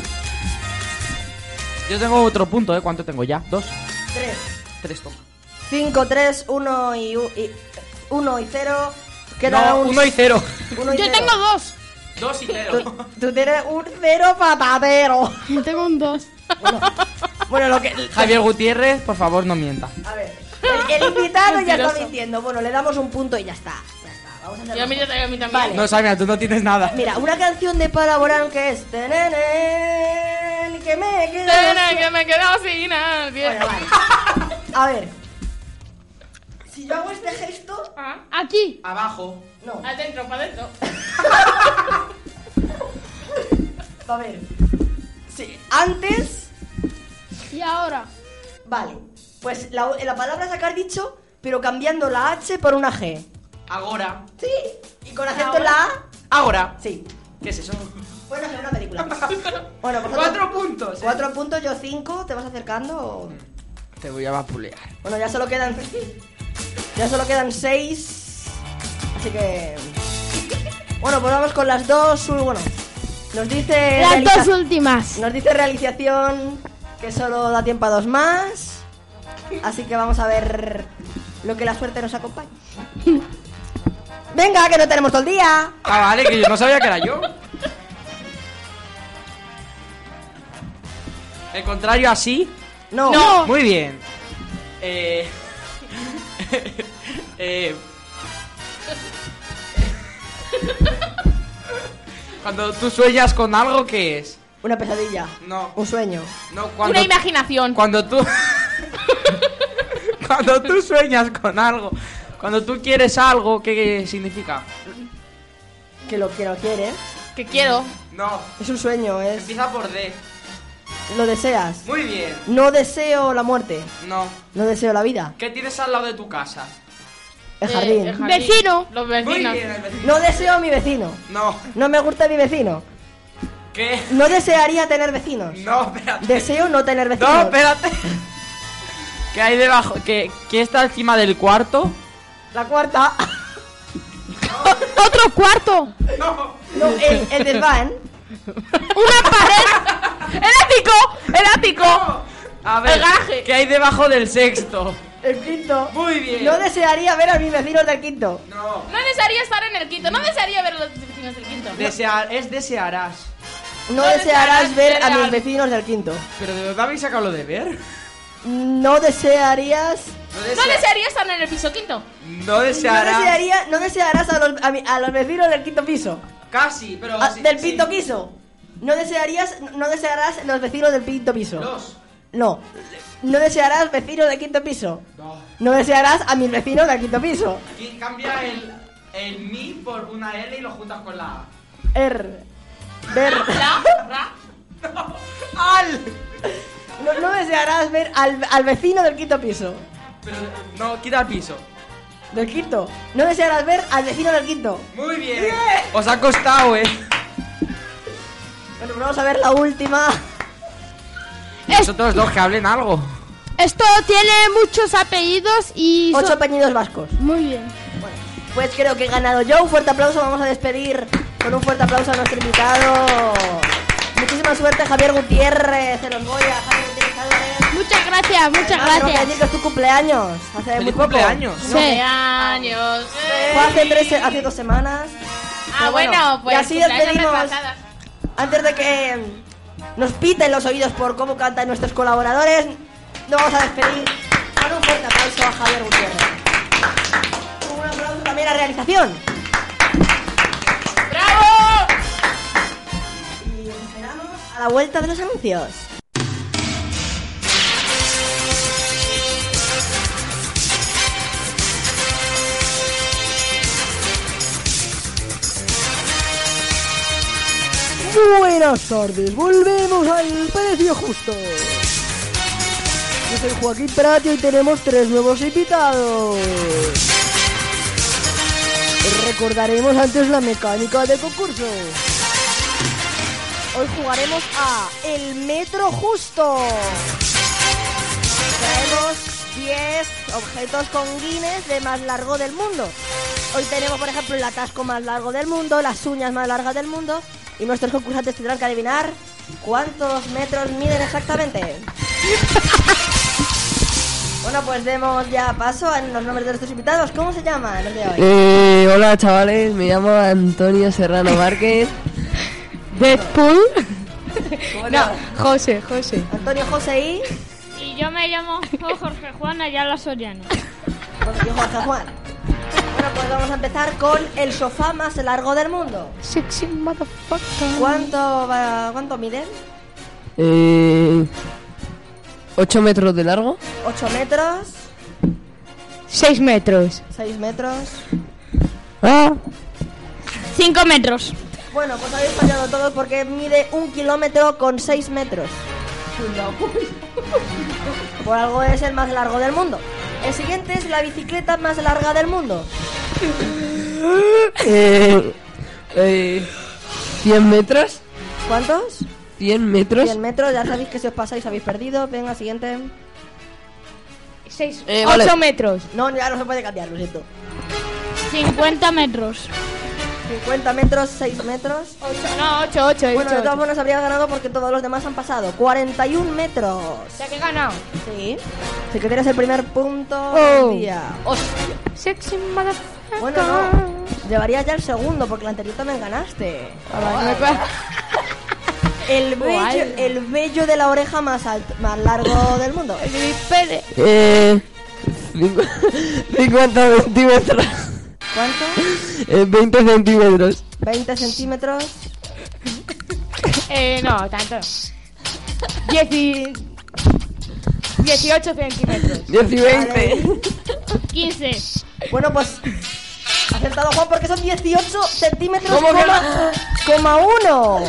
Yo tengo otro punto, ¿eh? ¿Cuánto tengo ya? ¿Dos? Tres. Tres, toma. Cinco, tres, uno y, u- y uno y cero. Queda No, un uno y cero. uno y Yo cero. tengo dos. Dos y Tú, cero. tú tienes un cero patatero. Yo tengo un dos. Bueno, bueno, lo que. Javier Gutiérrez, por favor, no mienta. A ver. El, el invitado ya está Mentiroso. mintiendo. Bueno, le damos un punto y ya está. Ya está. Vamos a Y a mí, hacerlo. ya- a mí también. Vale. No, Samia, tú no tienes nada. Mira, una canción de Palaborán que es Tenenen, que me quedo Tene, sin- que me he quedado sin nadie. Bueno, vale. A ver. Si yo hago este gesto, Ah, Aquí. Abajo. no. adentro, para adentro. A ver. Sí, antes, Y ahora. vale. Pues la, la palabra es la que has dicho, pero cambiando la H por una G. Ahora. Sí. Y con acento en la A, Ahora. sí. ¿Qué es eso? Bueno, es una película. Bueno, pues Cuatro puntos. ¿eh? Cuatro puntos, yo cinco. ¿Te vas acercando? o- Te voy a vapulear. Bueno, ya solo quedan. Ya solo quedan seis. Así que. Bueno, pues vamos con las dos. uh, Bueno, nos dice. Las realiza- dos últimas. Nos dice realización que solo da tiempo a dos más. Así que vamos a ver lo que la suerte nos acompaña. Venga, que no tenemos todo el día. Ah, vale, que yo no sabía que era yo. El contrario así. No. No. Muy bien. Eh. eh. Cuando tú sueñas con algo, ¿qué es? Una pesadilla. No. Un sueño. No, cuando Una imaginación. Cuando tú Cuando tú sueñas con algo, cuando tú quieres algo, ¿qué significa? Que lo que lo quieres. Que quiero. No, Es un sueño, es. empieza por D. Lo deseas. Muy bien. No deseo la muerte. No. No deseo la vida. ¿Qué tienes al lado de tu casa? El Eh, jardín. el jardín. Vecino. Los Muy vecinos. bien, el vecino. No deseo a mi vecino. No. No me gusta mi vecino. ¿Qué? No desearía tener vecinos. No, espérate. Deseo no tener vecinos. No, espérate. ¿Qué hay debajo? ¿Qué, qué está encima del cuarto? La cuarta. Otro cuarto. No. No, el, el desván. Una pared. ¡El ático! ¡El ático! A ver, El garaje. ¿qué hay debajo del sexto? El quinto. Muy bien. No desearía ver a mis vecinos del quinto. No. No desearía estar en el quinto. No desearía ver a los vecinos del quinto. Desear, es desearás. No, No desearás desearás ver ver a a- mis vecinos del quinto. Pero ¿de verdad habéis sacado lo de ver? No desearías... No, No desea- desearía estar en el piso quinto. No No, desearás. desearía, no desearás a los, a, mi- a los vecinos del quinto piso. Casi, pero. Ah, sí, del sí. quinto piso. No desearías, no desearás los vecinos del quinto piso. Los. No. No desearás vecinos del quinto piso. No. No desearás a mis vecinos del quinto piso. Aquí cambia el, el mi por una L y lo juntas con la A. Er. Ver. La, ra. ¡Al! No, no desearás ver al, al vecino del quinto piso. Pero no, quita el piso. Del quinto. No desearás ver al vecino del quinto. Muy bien. Os ha costado, eh. Bueno, pues vamos a ver la última. Vosotros dos que hablen algo. Esto tiene muchos apellidos y... so- Ocho apellidos vascos. Muy bien. Pues creo que he ganado yo. Un fuerte aplauso. Vamos a despedir con un fuerte aplauso a nuestro invitado. Muchísima suerte, Javier Gutiérrez. Se los voy a Javier Gutiérrez Álvarez. Muchas gracias, muchas Además, tengo que gracias. decir que es tu cumpleaños. Hace muy ¡Feliz poco. cumpleaños! Sí. Cumpleaños. Fue hace, tres, hace dos semanas. Ah, Pero bueno, pues y así cumpleaños despedimos. retrasadas. Antes de que nos piten los oídos por cómo cantan nuestros colaboradores, nos vamos a despedir con un fuerte aplauso a Javier Gutiérrez. Un aplauso también a realización. ¡Bravo! Y esperamos a la vuelta de los anuncios. Buenas tardes, volvemos al precio justo. Yo soy Joaquín Pratio y tenemos tres nuevos invitados. Recordaremos antes la mecánica del concurso. Hoy jugaremos a El Metro Justo. Traemos diez objetos con Guinness de más largo del mundo. Hoy tenemos, por ejemplo, el atasco más largo del mundo, las uñas más largas del mundo. Y nuestros concursantes tendrán que adivinar cuántos metros miden exactamente. Bueno, pues demos ya paso a los nombres de nuestros invitados. ¿Cómo se llaman los de hoy? Eh, hola chavales, me llamo Antonio Serrano Márquez. Deadpool. No, José, José. Antonio, José y... Y yo me llamo Jorge Juan Ayala Soriano. Bueno, y Jorge Juan. Bueno, pues vamos a empezar con el sofá más largo del mundo. Sexy motherfucker. ¿Cuánto va, cuánto miden? Eh, ocho metros de largo. ocho metros, seis metros. seis metros. Ah. cinco metros. Bueno, pues habéis fallado todos porque mide un kilómetro con seis metros. Por algo es el más largo del mundo. El siguiente es la bicicleta más larga del mundo. Eh, eh, cien metros. ¿Cuántos? cien metros. cien metros, ya sabéis que si os pasáis habéis perdido. Venga, siguiente. seis. Eh, ocho vale. metros. No, ya no se puede cambiar, lo siento. cincuenta metros. cincuenta metros, seis metros. ocho, no, ocho, ocho. Bueno, de todas formas habría ganado porque todos los demás han pasado. cuarenta y un metros. Ya que he ganado. Sí. Así que tienes el primer punto Oh. del día. Hostia. Sexy motherfucker. Bueno, no. Llevarías ya el segundo porque el anterior también ganaste. El vello, el vello de la oreja más alto, más largo del mundo. Eh, cincu- cincuenta centímetros. ¿Cuánto? Eh, veinte centímetros. veinte centímetros. Eh, no, tanto. Dieci... dieciocho centímetros. diez y veinte. Vale. quince. Bueno, pues acertado Juan porque son dieciocho centímetros ¿Cómo que coma, coma uno.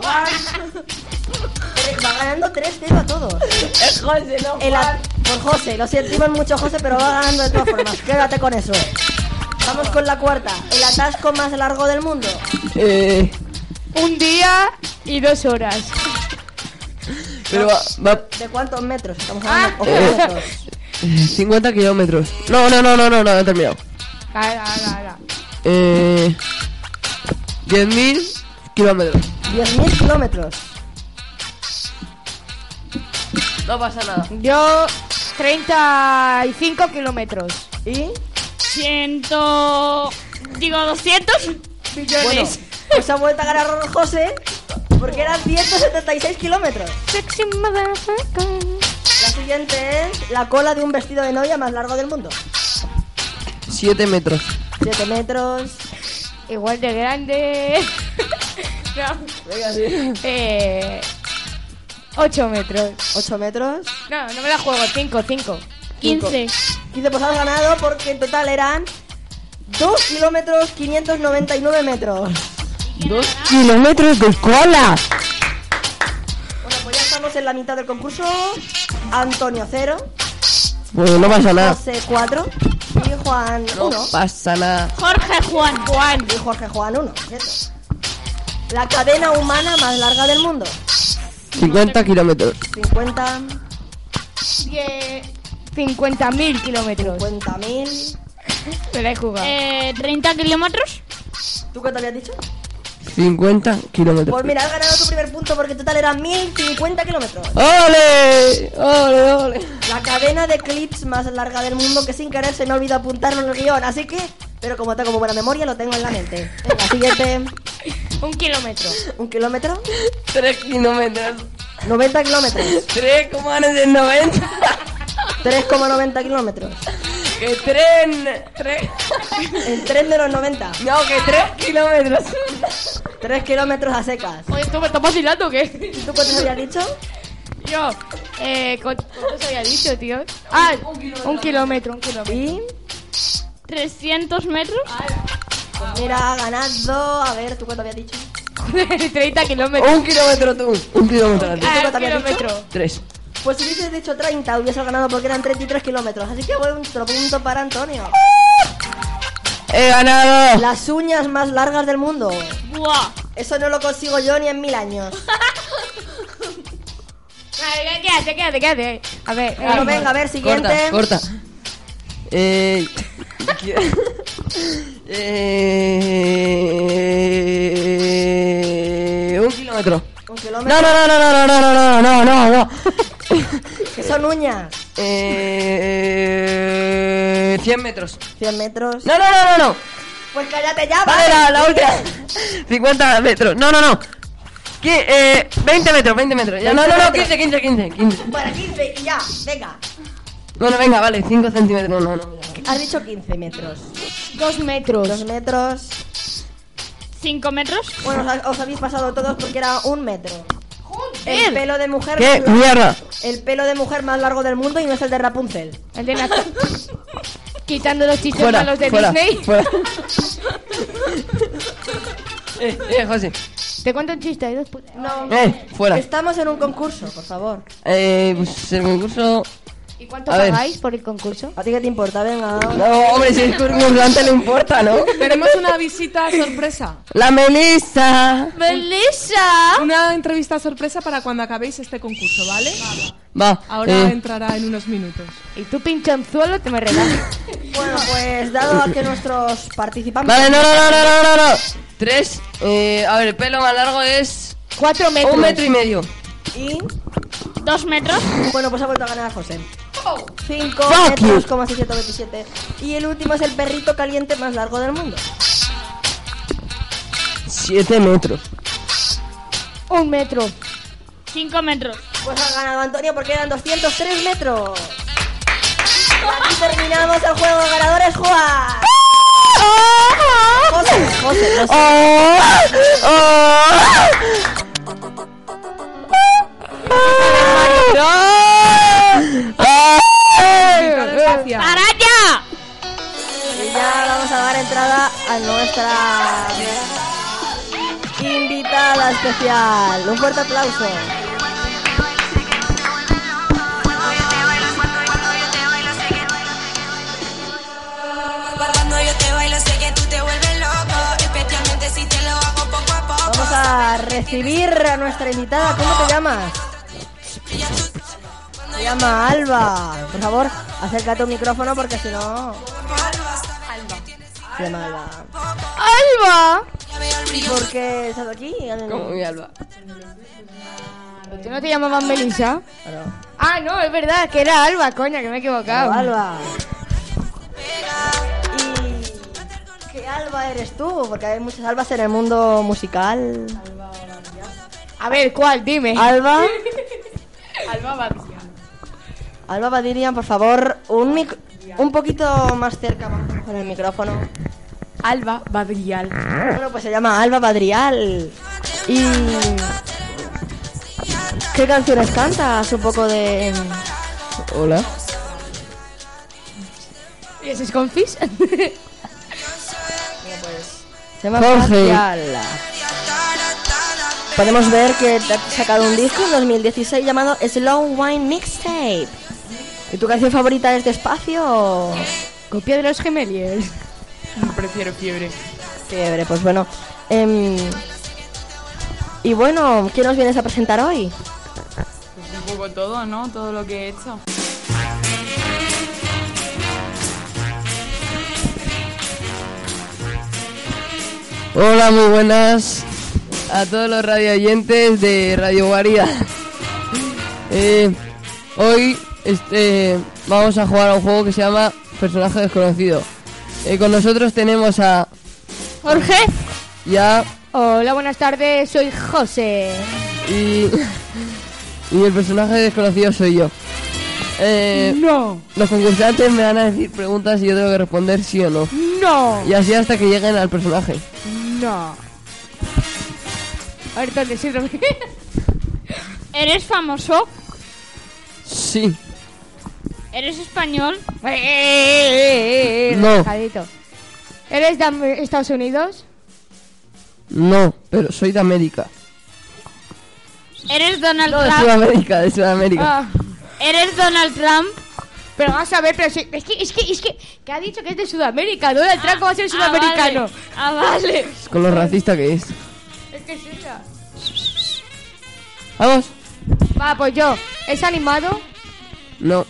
Va ganando tres cero a todos. Es José, no El a- por José, lo sentimos mucho José, pero va ganando de todas formas. Quédate con eso. Vamos con la cuarta. El atasco más largo del mundo. Eh, Un día y dos horas. pero va, va ¿De cuántos metros? Estamos hablando. Ojo, Eh. metros. eh, cincuenta kilómetros. No, no, no, no, no, no, he terminado. Ala, ala, ala. Eh, diez mil kilómetros. diez mil kilómetros. No pasa nada. Yo treinta y cinco kilómetros. ¿Y? Ciento... Digo, doscientos Bueno, millones. pues ha vuelto a ganar José porque eran ciento setenta y seis kilómetros. Sexy motherfucker. La siguiente es la cola de un vestido de novia más largo del mundo. siete metros. siete metros. Igual de grande. No. Venga, sí. Eh, ocho metros. ocho metros. No, no me la juego. cinco, cinco. quince. quince, pues has ganado porque en total eran dos kilómetros quinientos noventa y nueve metros. dos kilómetros de cola. Bueno, pues ya estamos en la mitad del concurso. Antonio cero, Bueno, no pasa nada. José cuatro y Juan No uno. pasa nada. Jorge Juan. Juan. Y Jorge Juan uno, ¿cierto? La cadena humana más larga del mundo. cincuenta kilómetros. cincuenta, cincuenta mil kilómetros. cincuenta mil. Me la he jugado. Eh, treinta kilómetros. ¿Tú qué te habías dicho? cincuenta kilómetros. Pues mira, has ganado tu primer punto porque en total eran mil cincuenta kilómetros. ¡Ole! ¡Ole, ole! La cadena de clips más larga del mundo que sin querer se me olvidó apuntarlo en el guión, así que... Pero como tengo buena memoria, lo tengo en la mente. Venga, siguiente. Un kilómetro. ¿Un kilómetro? tres kilómetros. noventa kilómetros. tres coma noventa. tres coma noventa kilómetros. Que tren. Tres. El tren de los noventa. No, que tres kilómetros. tres kilómetros a secas. Oye, ¿tú me estás vacilando o qué? ¿Tú cuántos habías dicho? Yo, eh, ¿cuánto se había dicho, tío? Ah, un kilómetro, un kilómetro. Y... trescientos metros. Pues mira, ha ganado... A ver, ¿tú cuánto habías dicho? treinta kilómetros. Un kilómetro tú. Un kilómetro. ¿Y tú Ah, cuánto habías dicho? kilómetro. Tres. Pues si hubieses dicho treinta, hubieses ganado porque eran treinta y tres kilómetros. Así que buen otro punto para Antonio. He ganado. Las uñas más largas del mundo. Buah. Eso no lo consigo yo ni en mil años. Vale, quédate, quédate, quédate. A ver, Bueno, eh, venga, a ver, siguiente. Corta, corta. Eh... eh... Un kilómetro. Un kilómetro. No, no, no, no, no, no, no, no, no, no, no. Que son uñas. Eh... cien metros. cien metros. No, no, no, no, no. Pues cállate ya, Vale, la, la última. cincuenta metros. No, no, no. ¿Qué? Eh, veinte metros, veinte metros. Ya, no, no, no, quince, quince, quince, quince. Bueno, quince y ya, venga. Bueno, venga, vale, cinco centímetros. No, no. Has dicho quince metros. dos metros. Dos metros. cinco metros. Bueno, os, os habéis pasado todos porque era un metro. El pelo de mujer ¿Qué? más largo- Mierda. El pelo de mujer más largo del mundo y no es el de Rapunzel. El de Natal. Quitando los chistes Fuera, malos de fuera, Disney. fuera. eh, eh, José. Te cuento un chiste y después. No. Eh, fuera. Estamos en un concurso, por favor. Eh, pues el concurso... ¿Y cuánto A ver. pagáis por el concurso? ¿A ti qué te importa? Venga. No, hombre, si es concursante le importa, ¿no? Tenemos una visita sorpresa. La Melissa. ¡Melissa! Una entrevista sorpresa para cuando acabéis este concurso, ¿vale? Va. Ahora eh, entrará en unos minutos. Y tú, pinchanzuelo, te me relajas. Bueno, pues dado a que nuestros participantes... Vale, no, no, no, no, no, no, no. Tres. Eh, a ver, el pelo más largo es... Cuatro metros. Un metro y medio. Y... Dos metros. Bueno, pues ha vuelto a ganar José. cinco Fuck metros, you. como seiscientos veintisiete. Y el último es el perrito caliente más largo del mundo. Siete metros. Un metro. Cinco metros. Pues ha ganado Antonio porque eran doscientos tres metros. Y aquí terminamos el juego. Ganador es Juan. José, José, José. ¡Oh! ¡Oh! Gracias. ¡Araña! Y ya vamos a dar entrada a nuestra invitada especial. Un fuerte aplauso. Cuando yo te bailo sé que tú te vuelves loco, especialmente si te lo hago poco a poco. Vamos a recibir a nuestra invitada. ¿Cómo te llamas? Se llama Alba. Por favor, acércate un micrófono porque si no... Alba. Se llama Alba. ¡Alba! ¿Y por qué estás aquí? ¿Cómo mi Alba? ¿Tú no te llamaban Melissa? Claro. Ah, no, es verdad, que era Alba, coña, que me he equivocado. Alba. ¿Y qué Alba eres tú? Porque hay muchas Albas en el mundo musical. A ver, ¿cuál? Dime. Alba. Alba Badilla. Alba Badirian, por favor, un mic- un poquito más cerca con el micrófono. Alba Badrial. Bueno, pues se llama Alba Badrial. ¿Y qué canciones cantas? Un poco de... Hola. ¿Y ese es Confis? Se llama Jorge. Badrial. Podemos ver que te has sacado un disco en dos mil dieciséis llamado Slow Wine Mixtape. ¿Y tu canción favorita es Despacio o...? Copia de los Gemeliers. Prefiero Fiebre. Fiebre, pues bueno. em, y bueno, ¿qué nos vienes a presentar hoy? Pues un poco todo, ¿no? Todo lo que he hecho. Hola, muy buenas a todos los radio oyentes de Radio Guarida. Eh, hoy este, vamos a jugar a un juego que se llama Personaje Desconocido. Eh, con nosotros tenemos a Jorge. ya Hola, buenas tardes, soy José. y, y el personaje desconocido soy yo. Eh, No. Los concursantes me van a decir preguntas y yo tengo que responder sí o no. No. Y así hasta que lleguen al personaje. No. A ver, ¿dónde sí? ¿Eres famoso? Sí. ¿Eres español? Eh, eh, eh, eh, No. relajadito. ¿Eres de Am- Estados Unidos? No, pero soy de América. ¿Eres Donald No, de Trump? Sudamérica, de Sudamérica. Ah, ¿Eres Donald Trump? pero vamos a ver, pero si- es que, es que, es que, que ha dicho que es de Sudamérica. Donald Trump, ¿cómo va a ser sudamericano? Ah, vale. Es con lo racista que es. Es que sí, ya. Vamos. Va, pues yo. ¿Es animado? No,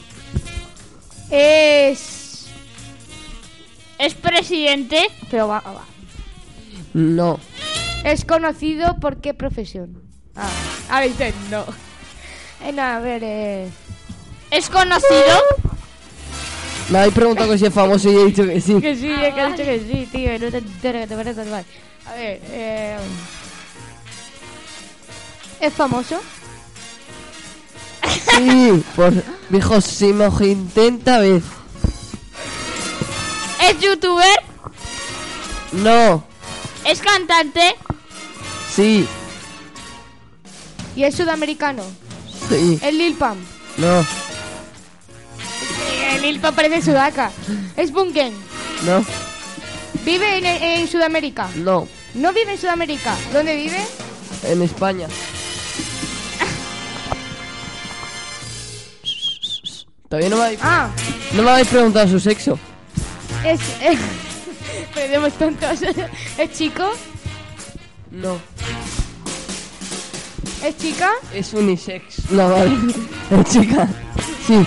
Es... ¿Es presidente? Pero va, va. no, ¿Es conocido por qué profesión? Ah, ahora dice no. Eh, no, a ver, eh... ¿Es conocido? me habéis preguntado que si es famoso y he dicho que sí. Que sí, eh, que ha dicho que sí, tío. No te enteras que te parece mal. A ver, eh... ¿es famoso? Sí, por vigésima quinta vez. ¿Es youtuber? No, ¿Es cantante? sí, ¿Y es sudamericano? sí, ¿Es Lil Pump? no, Eh, Lil Pump parece sudaca. ¿Es Bunken? no, ¿Vive en, en Sudamérica? no, ¿No vive en Sudamérica? ¿Dónde vive? en España. Todavía no me habéis, Ah, no me habéis preguntado su sexo. es... Eh, perdemos tontos. ¿Es chico? No, ¿Es chica? es unisex. No, vale, es chica. Sí,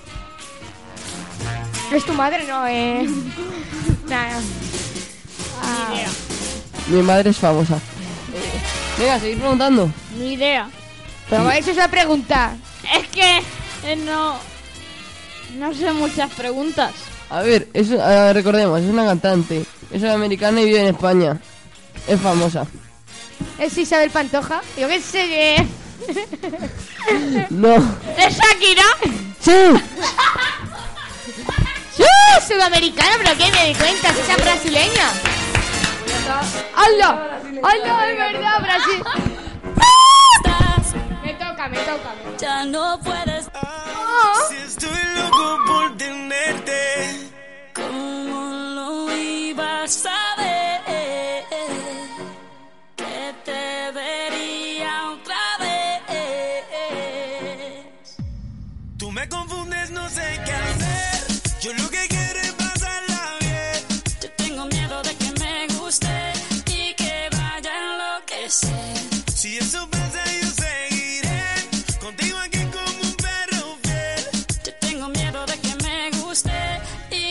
¿Es tu madre? No, eh... Nada. Ah, mi madre es famosa. Eh, venga, seguid preguntando. Ni idea. pero eso es una pregunta. Es que eh, no... No sé muchas preguntas. A ver, es, eh, recordemos, es una cantante. Es americana y vive en España. Es famosa. ¿Es Isabel Pantoja? Yo qué sé. eh. No. ¿Es Shakira? ¡Sí! ¡Sí! Sudamericana, pero ¿qué me di cuenta? ¿Es esa brasileña? ¡Hala! ¡Hala! Es verdad, Brasil. Me toca, me toca. Me toca. Ya no puedes. Oh. Si estoy loco por tenerte, ¿Cómo lo ibas a ver? Que te vería otra vez. tú me confundes, no sé qué hacer. Yo lo que quiero es pasarla bien. Yo tengo miedo de que me guste y que vaya a enloquecer. Si eso pasa, yo seguiré contigo aquí como un perro fiel. Yo tengo miedo de que me guste y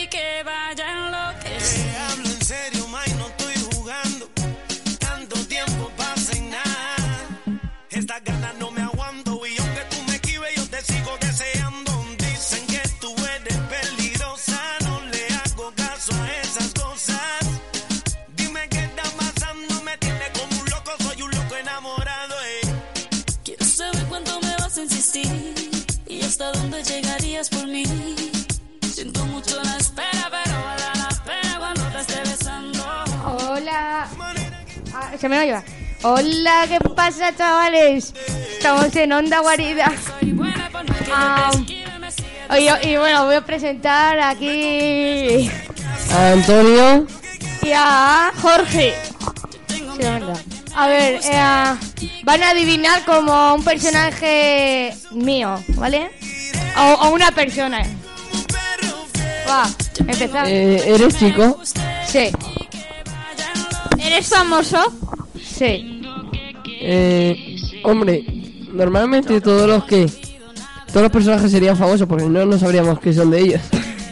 llegarías por mí. Siento mucho la espera, pero vale la pena cuando te esté besando. Hola. Ah, se me va a llevar. Hola, ¿qué pasa, chavales? Estamos en Onda Guarida. Ah, y, y bueno, voy a presentar aquí A Antonio. y a Jorge. Sí, la verdad. A ver, eh, van a adivinar como un personaje mío, ¿vale? O, o una persona. Va, empezamos. Eh, ¿Eres chico? Sí. ¿Eres famoso? Sí. Eh, hombre, normalmente todos los que... Todos los personajes serían famosos porque no, no sabríamos qué son de ellos.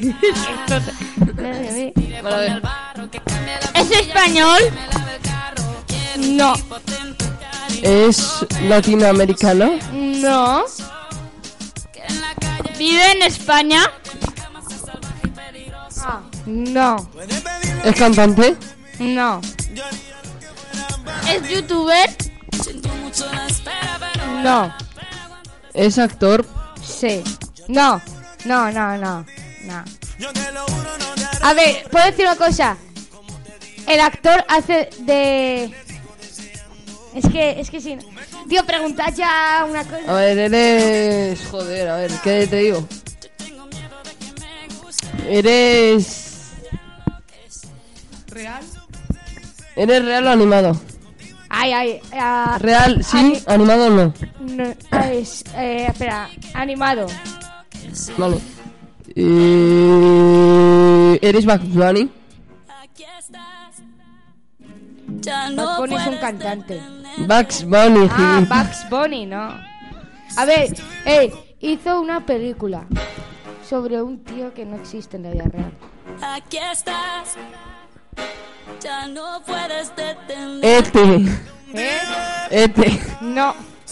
Vale, a ver. ¿Es español? No. ¿Es latinoamericano? No. ¿Vive en España? Ah, no. ¿Es cantante? No. ¿Es youtuber? No. ¿Es actor? Sí. No. No, no, no. No. A ver, ¿puedo decir una cosa? El actor hace de... Es que, es que sí. Tío, preguntad ya una cosa. A ver, eres... Joder, a ver, ¿qué te digo? Eres... ¿Real? ¿Eres real o animado? Ay, ay. ah, ¿Real sí? ani- ¿Animado no? no, ay, es- eh, espera, animado. Vale. Eh, ¿Eres Bugs Bunny? Bad Bunny es un cantante. Bugs Bunny, Ah, sí. Bugs Bunny, no. A ver, eh, hizo una película sobre un tío que no existe en la vida real. Aquí estás, ya no puedes detener. Este. ¿Eh? Este. No.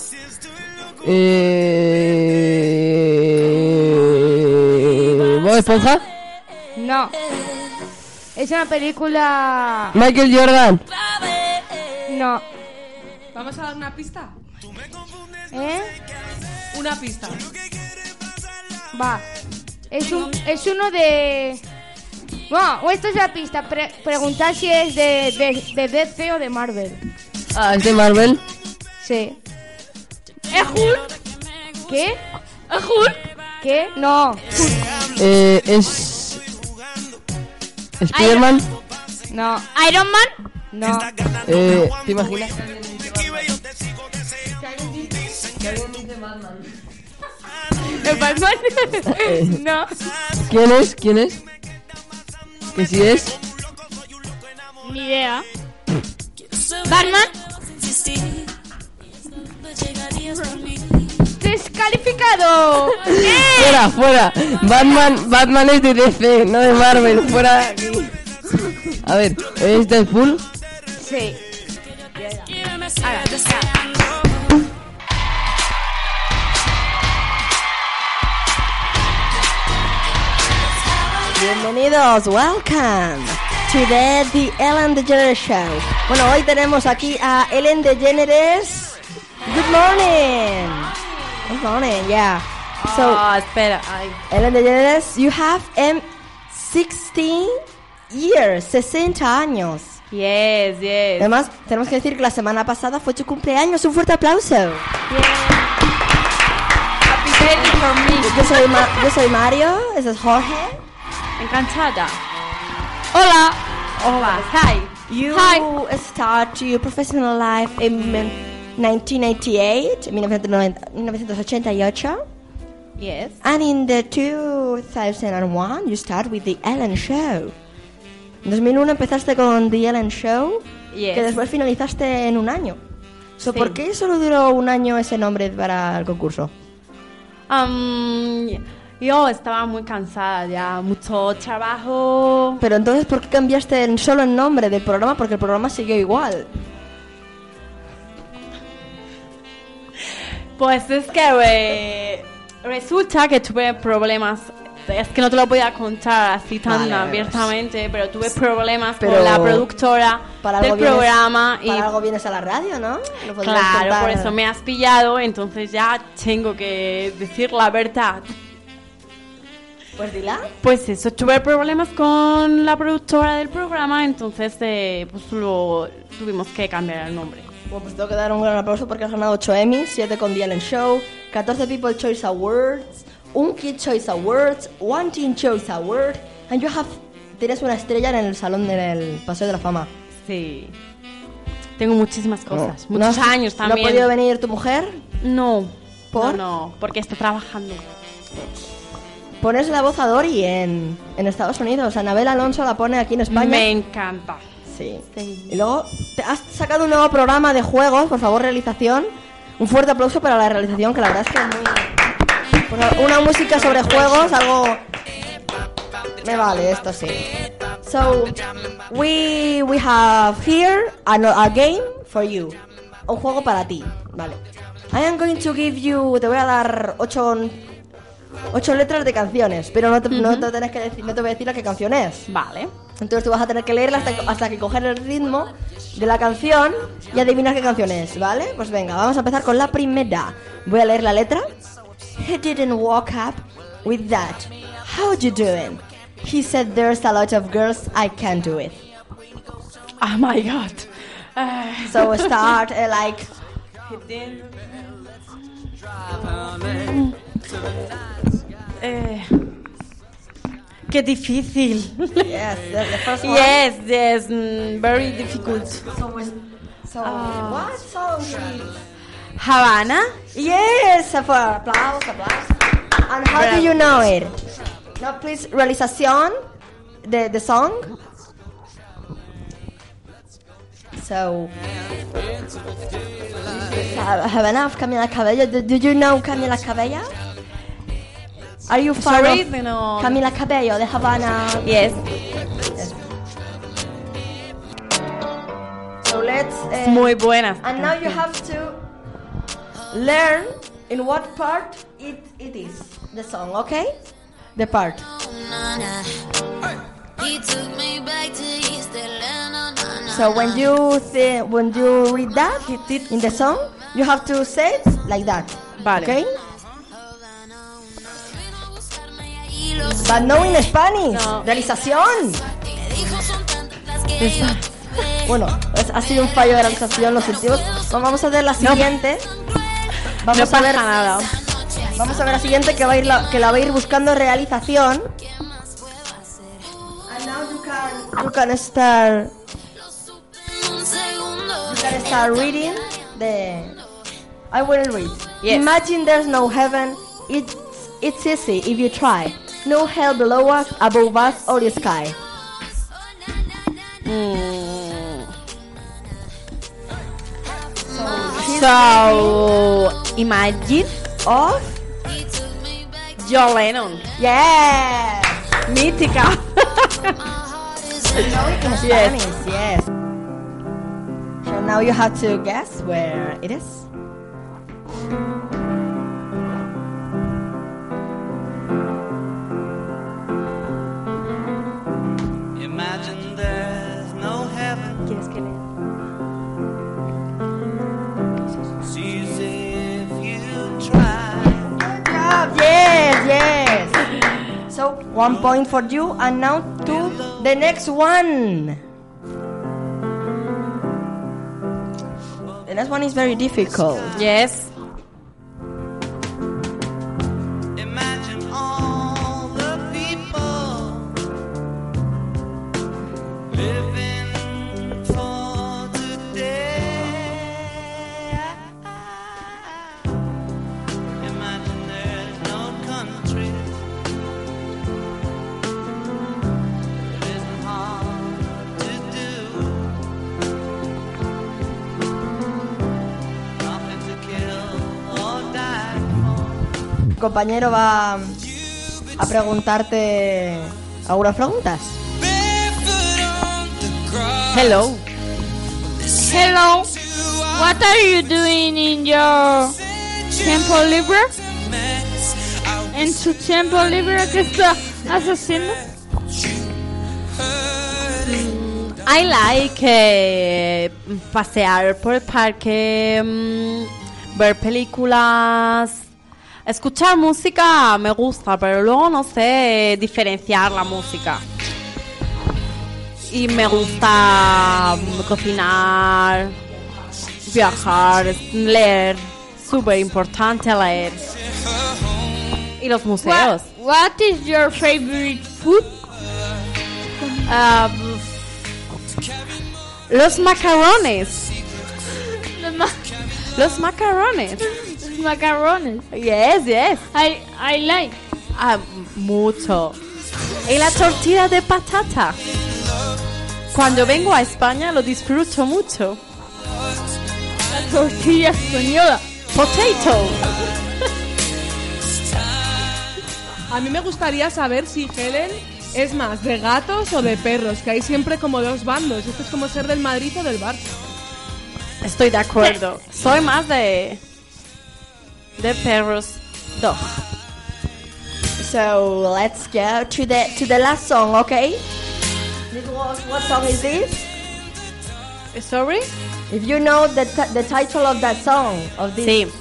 Eh... ¿Bob Esponja? No. Es una película... Michael Jordan. No. ¿Vamos a dar una pista? ¿Eh? Una pista. Va. Es un, es uno de... Bueno, o esto es la pista. Pre- preguntad si es de, de, de D C o de Marvel. Ah, ¿es de Marvel? Sí. ¿Es Hulk? ¿Qué? ¿Es Hulk? ¿Qué? No. Eh, ¿es... Spider-Man? No. ¿Iron Man? No. Eh, ¿te imaginas? ¿El Batman? No. ¿Quién es? ¿Quién es? ¿Que si es? Ni idea. ¿Batman? ¡Descalificado! Fuera, fuera. Batman, Batman es de D C, no de Marvel. Fuera de aquí. A ver, ¿es Deadpool? Sí. Bienvenidos, welcome to the, the Ellen DeGeneres Show. Bueno, hoy tenemos aquí a Ellen DeGeneres. Good morning. Good morning, yeah. So, Ah, espera. Ay. Ellen DeGeneres, you have um, sixteen years, sesenta años. Yes, yes. Además, tenemos que decir que la semana pasada fue tu cumpleaños. Un fuerte aplauso. Happy birthday for me. Yo soy, Ma- yo soy Mario, ese es Jorge. Encantada. Hola. Hola. Hi. You Hi. start your professional life in nineteen eighty-eight, mil novecientos ochenta y ocho. Yes. And in the two thousand one, you start with the Ellen Show. En dos mil uno empezaste con The Ellen Show, Yes. que después finalizaste en un año. So, Sí. ¿Por qué solo duró un año ese nombre para el concurso? Um, yo estaba muy cansada ya, mucho trabajo. Pero entonces, ¿por qué cambiaste el- solo el nombre del programa? Porque el programa siguió igual. Pues es que eh, resulta que tuve problemas. Es que no te lo podía contar así tan Vale, vale, abiertamente, pero tuve problemas Pero con la productora Para del algo vienes- programa y Para algo vienes a la radio, ¿no? Lo podrías claro, contar. por eso me has pillado, entonces ya tengo que decir la verdad. Pues dila. Pues eso, tuve problemas con la productora del programa, entonces eh, pues lo tuvimos que cambiar el nombre. Bueno, pues tengo que dar un gran aplauso porque has ganado ocho Emmys, siete con The Ellen Show, catorce People Choice Awards, un Kid Choice Awards, one Teen Choice Award, and you have... Tienes una estrella en el salón del Paseo de la Fama. Sí. Tengo muchísimas cosas, No. muchos ¿No, años también. ¿No ha podido venir tu mujer? No. ¿Por? No, no, porque está trabajando. Pones la voz a Dory en, en Estados Unidos. Anabel Alonso la pone aquí en España. Me encanta. Sí. sí. Y luego te has sacado un nuevo programa de juegos. Por favor, realización. Un fuerte aplauso para la realización, que la verdad es que es muy... Pues, una música sobre juegos, algo... Me vale, esto sí. So, we, we have here a, a game for you. Un juego para ti. Vale. I am going to give you... Te voy a dar ocho... Ocho letras de canciones, pero no te, uh-huh. no te tenés que decir, no te voy a decir la qué canción es. Vale. Entonces tú vas a tener que leerla hasta, hasta que coger el ritmo de la canción y adivinar qué canción es, ¿vale? Pues venga, vamos a empezar con la primera. Voy a leer la letra. He didn't walk up with that. How you doing? He said there's a lot of girls, I can't do it. Oh my god. Uh. So start uh, like... Eh, qué difícil. Yes, the, the first one. Yes, yes, mm, very difficult. So, so uh, what song is Havana? Yes, for applause, applause. And how Bravo. Do you know it? No, please, realización, the the song. So, Havana of Camila Cabello. Do, do you know Camila Cabello? Are you fan Sorry, of no. Camila Cabello de Havana? Yes. yes. So let's. Uh, Muy buena. And now you have to learn in what part it it is the song, okay? The part. So when you say, when you read that in the song, you have to say it like that. Vale. Okay? But no in Spanish. No. Realización. Bueno, es, ha sido un fallo de realización, lo sentimos. Vamos a ver la siguiente. Vamos no a ver nada. Vamos a ver la siguiente que va a ir la, que la va a ir buscando realización. And now you can you can start you can start reading the I will read. Yes. Imagine there's no heaven. It's it's easy if you try. No hell below us, above us, or the sky. Mm. So, so imagine of John Lennon. Yes. Mítica. Spanish, yes. yes. So now you have to guess where it is. Imagine there's no heaven. ¿Quieres que lea? See if you try. Good job. Yes, yes. So one point for you, and now to the next one. The next one is very difficult. Yes. Imagine all the people living for today. Imagine there's no country. It isn't hard to do. Nothing to kill or die for. Mi compañero va a preguntarte algunas preguntas. Hello. Hello. What are you doing in your tiempo libre? ¿En su tiempo libre qué estás haciendo? I like eh, pasear por el parque, mm, ver películas, Escuchar música me gusta, pero luego no sé diferenciar la música. Y me gusta cocinar, viajar, leer. Súper importante leer. Y los museos. What, what is your favorite food? Uh, los macarrones. Los, ma los macarrones. Los macarrones. Yes, yes. I, I like. Ah, mucho. Y la tortilla de patata. Cuando vengo a España lo disfruto mucho. La tortilla española. Potato. A mí me gustaría saber si Helen es más de gatos o de perros, que hay siempre como dos bandos. Esto es como ser del Madrid o del Barça. Estoy de acuerdo. Soy más de de perros. Dog. So let's go to the to the last song, okay? This was, what song is this? Sorry? If you know the t the title of that song of this. Sí.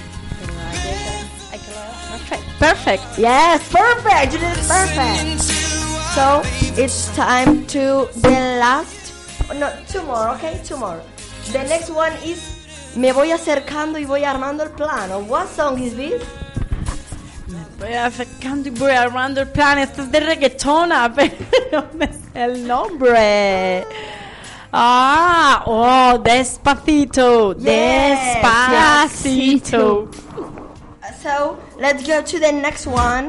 Perfect. Yes, perfect. You did it perfect. So it's time to the last. No, two more, okay? Two more. The next one is Me voy acercando y voy armando el plano. What song is this? Voy acercando y voy armando el plan. Esto es de reggaetona, pero no me sé el nombre. Ah, oh, Despacito. Yes, Despacito. yes. So let's go to the next one.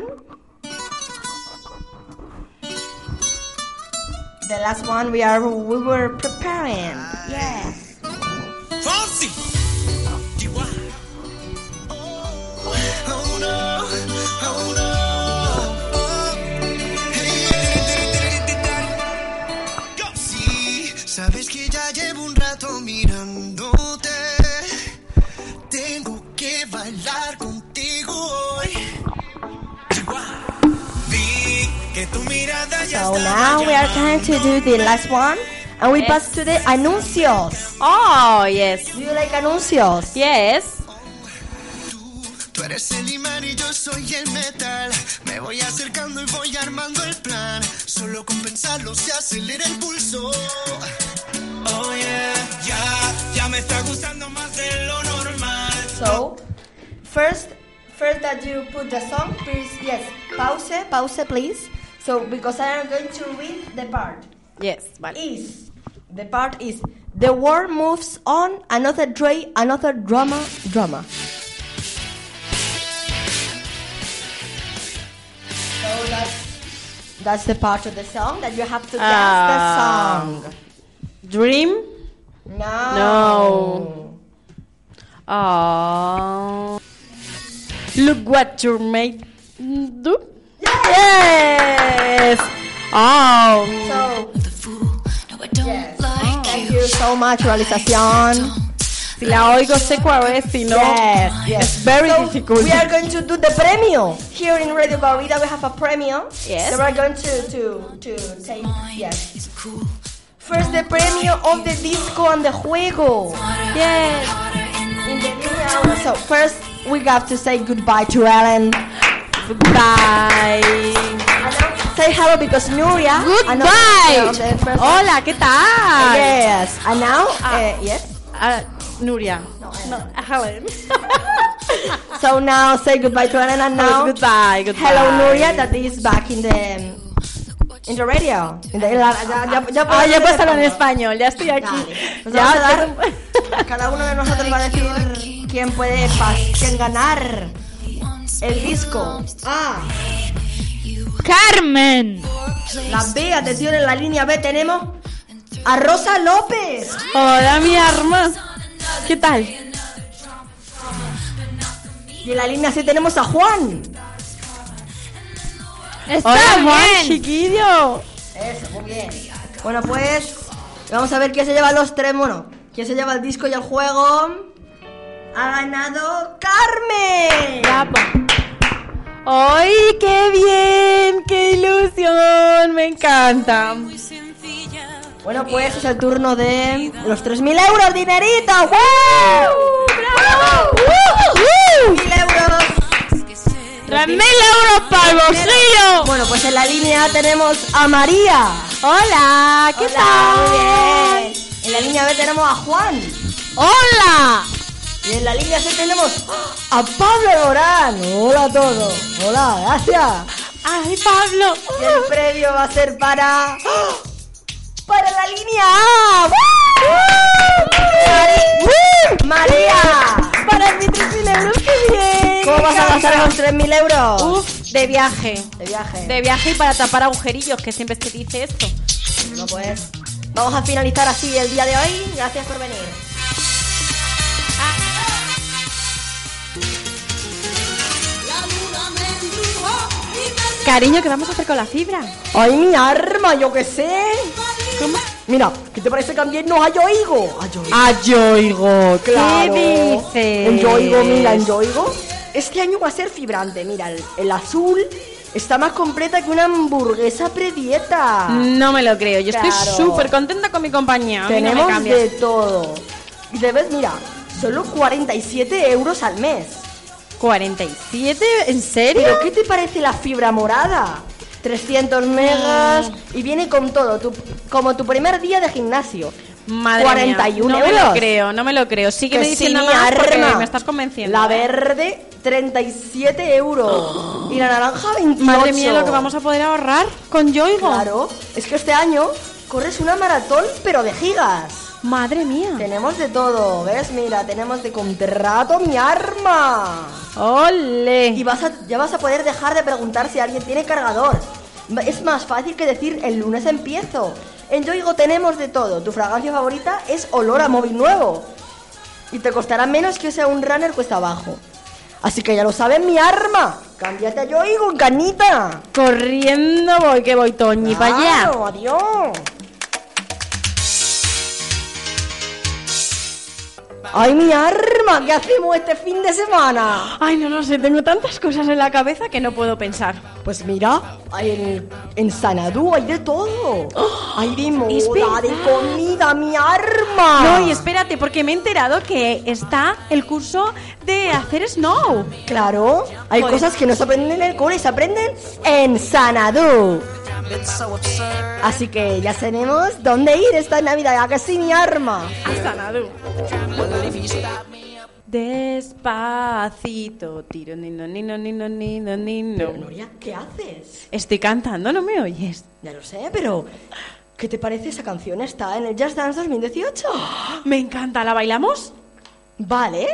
The last one we are we were preparing. Yes. Fonsi. Oh no, oh no. Sí, sabes que ya llevo un rato mirándote. Tengo que bailar contigo hoy. Vi que tu mirada ya So estaba now we are going to do the last one, and we Yes. pass to the anuncios. Oh, yes. Do you like anuncios? Yes. Tú eres el imán y yo soy el metal. Me voy acercando y voy armando el plan. Solo con pensarlo se acelera el pulso. Oh yeah, ya, ya me está gustando más de lo normal. So first, first that you put the song, please. Yes, pause, pause, please. So because I am going to read the part. Yes, vale. Is the part is the world moves on, another day, another drama, drama. So that's that's the part of the song that you have to guess Ah. the song. Dream? No. No. Oh. Look what you made do. Yes. Oh. So yes. Thank you so much, realización. Si la oigo sé cuál es, si no. Yes, yes. It's very So difficult. we are going to do the premio here in Radio Corrida. We have a premio. Yes. So we are going to to to take yes. First the premio of the disco and the juego. Yes. In the línea uno. So first we have to say goodbye to Ellen. Goodbye. And now say hello because Nuria. Goodbye. And now, the first- Hola, ¿qué tal? Yes. And now uh, yes. Ah, Nuria. No, Helen. So now say goodbye to Ellen and now Goodbye, goodbye. hello Nuria that is back in the in the radio. In the, ya, ya, ya, Ah, ya puedo hablar en ya español, ya estoy aquí. Dale. Pues Ya, vamos a dar- cada uno de nosotros va a decir quién puede pa- quién ganar el disco. A. Carmen. La B, atención, en la línea B tenemos a Rosa López. Hola, mi arma. ¿Qué tal? Y en la línea C tenemos a Juan. Está Hola, Juan, bien. chiquillo. Eso, muy bien. Bueno, pues vamos a ver quién se lleva los tres. Bueno, quién se lleva el disco y el juego. Ha ganado Carmen. ¡Ay, qué bien! ¡Qué ilusión! Me encanta. Bueno, pues es el turno de los tres mil euros, dinerito. ¡Wow! ¡Bravo! ¡Uh! ¡mil euros! ¡tres mil euros para el bolsillo! Bueno, pues en la línea tenemos a María. Hola, ¿qué Hola, tal? muy bien. En la línea B tenemos a Juan. ¡Hola! Y en la línea C tenemos a Pablo Morán. Hola a todos. Hola, gracias. ¡Ay, Pablo! Y el premio va a ser para... ¡Para la línea A! Mari- ¡María! Para mis tres mil euros, qué bien. ¿Cómo vas a gastar esos tres mil euros? Uf, de viaje. De viaje. De viaje y para tapar agujerillos, que siempre se dice esto. No, pues... Vamos a finalizar así el día de hoy. Gracias por venir. Cariño, ¿qué vamos a hacer con la fibra? ¡Ay, mi arma! ¡Yo qué sé! ¿Cómo? Mira, ¿qué te parece también no a Yoigo? A Yoigo. A Yoigo, Claro. ¿qué dices? En Yoigo, mira, en Yoigo. Este año va a ser fibrante. Mira, el, el azul está más completa que una hamburguesa predieta. No me lo creo, yo Claro. estoy súper contenta con mi compañía. A mí no me Tenemos cambias. de todo. Y debes, mira, solo cuarenta y siete euros al mes. ¿cuarenta y siete? ¿En serio? ¿Pero qué te parece la fibra morada? trescientos megas y viene con todo, tu- como tu primer día de gimnasio. Madre cuarenta y uno mía, no euros. me lo creo, no me lo creo. Sígueme Que diciendo sí, más mi porque arma. me estás convenciendo. La ¿eh? verde, treinta y siete euros. Y la naranja, veintiocho. Madre mía, lo que vamos a poder ahorrar con Yoigo. Claro, es que este año corres una maratón, pero de gigas. Madre mía. Tenemos de todo, ¿ves? Mira, tenemos de contrato mi arma. ¡Ole! Y vas a, ya vas a poder dejar de preguntar si alguien tiene cargador. Es más fácil que decir el lunes empiezo. En Yoigo tenemos de todo. Tu fragancia favorita es olor a móvil nuevo. Y te costará menos que sea un runner cuesta abajo. Así que ya lo sabes, mi arma. Cámbiate a Yoigo, canita. Corriendo voy, que voy, Toñi, para allá. Claro, adiós. ¡Ay, mi arma! ¿Qué hacemos este fin de semana? Ay, no lo sé, tengo tantas cosas en la cabeza que no puedo pensar. Pues mira, en, en Sanadú hay de todo. Hay de moda, verdad. de comida, mi arma. No, y espérate, porque me he enterado que está el curso de hacer snow. Claro, hay Joder. cosas que no se aprenden en el cole, se aprenden en Sanadú. Así que ya tenemos dónde ir esta Navidad, ¿a que sí, mi arma? A Sanadú. Despacito, tiro, nino, nino, nino, nino, nino. Pero, Noria, ¿qué haces? Estoy cantando, ¿no me oyes? Ya lo sé, pero ¿qué te parece esa canción? Está en el Just Dance dos mil dieciocho. Me encanta, ¿la bailamos? Vale.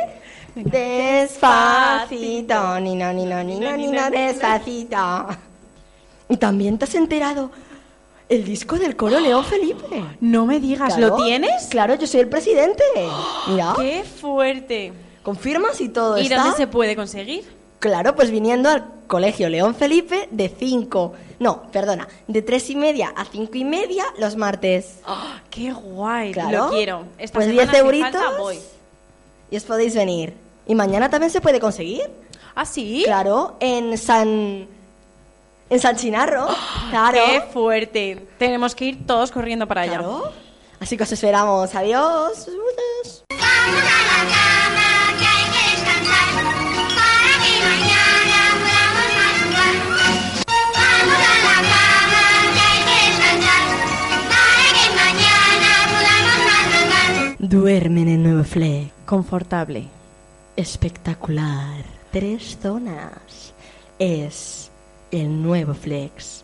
Despacito, nino, nino, nino, nino, despacito. Y también te has enterado el disco del coro León Felipe. No me digas, Claro, ¿lo tienes? Claro, yo soy el presidente. Mira, ¡Qué fuerte! confirmas y todo ¿Y está. dónde se puede conseguir? Claro, pues viniendo al colegio León Felipe de cinco, no, perdona, de tres y media a cinco y media los martes. ¡Oh, ¡Qué guay! Claro. Lo quiero. Esta Pues semana diez sin euritos. falta voy. Y os podéis venir. Y mañana también se puede conseguir. ¿Ah, sí? Claro, en San en San Chinarro. Claro. ¡Qué fuerte! Tenemos que ir todos corriendo para allá. Claro. Así que os esperamos. Adiós. Vamos a la cama, que hay que descansar, para que mañana podamos madrugar. Vamos a la cama, que hay que descansar, para que mañana podamos madrugar. Duerme en el nuevo Flex. Confortable. Espectacular. Tres zonas. Es el nuevo Flex.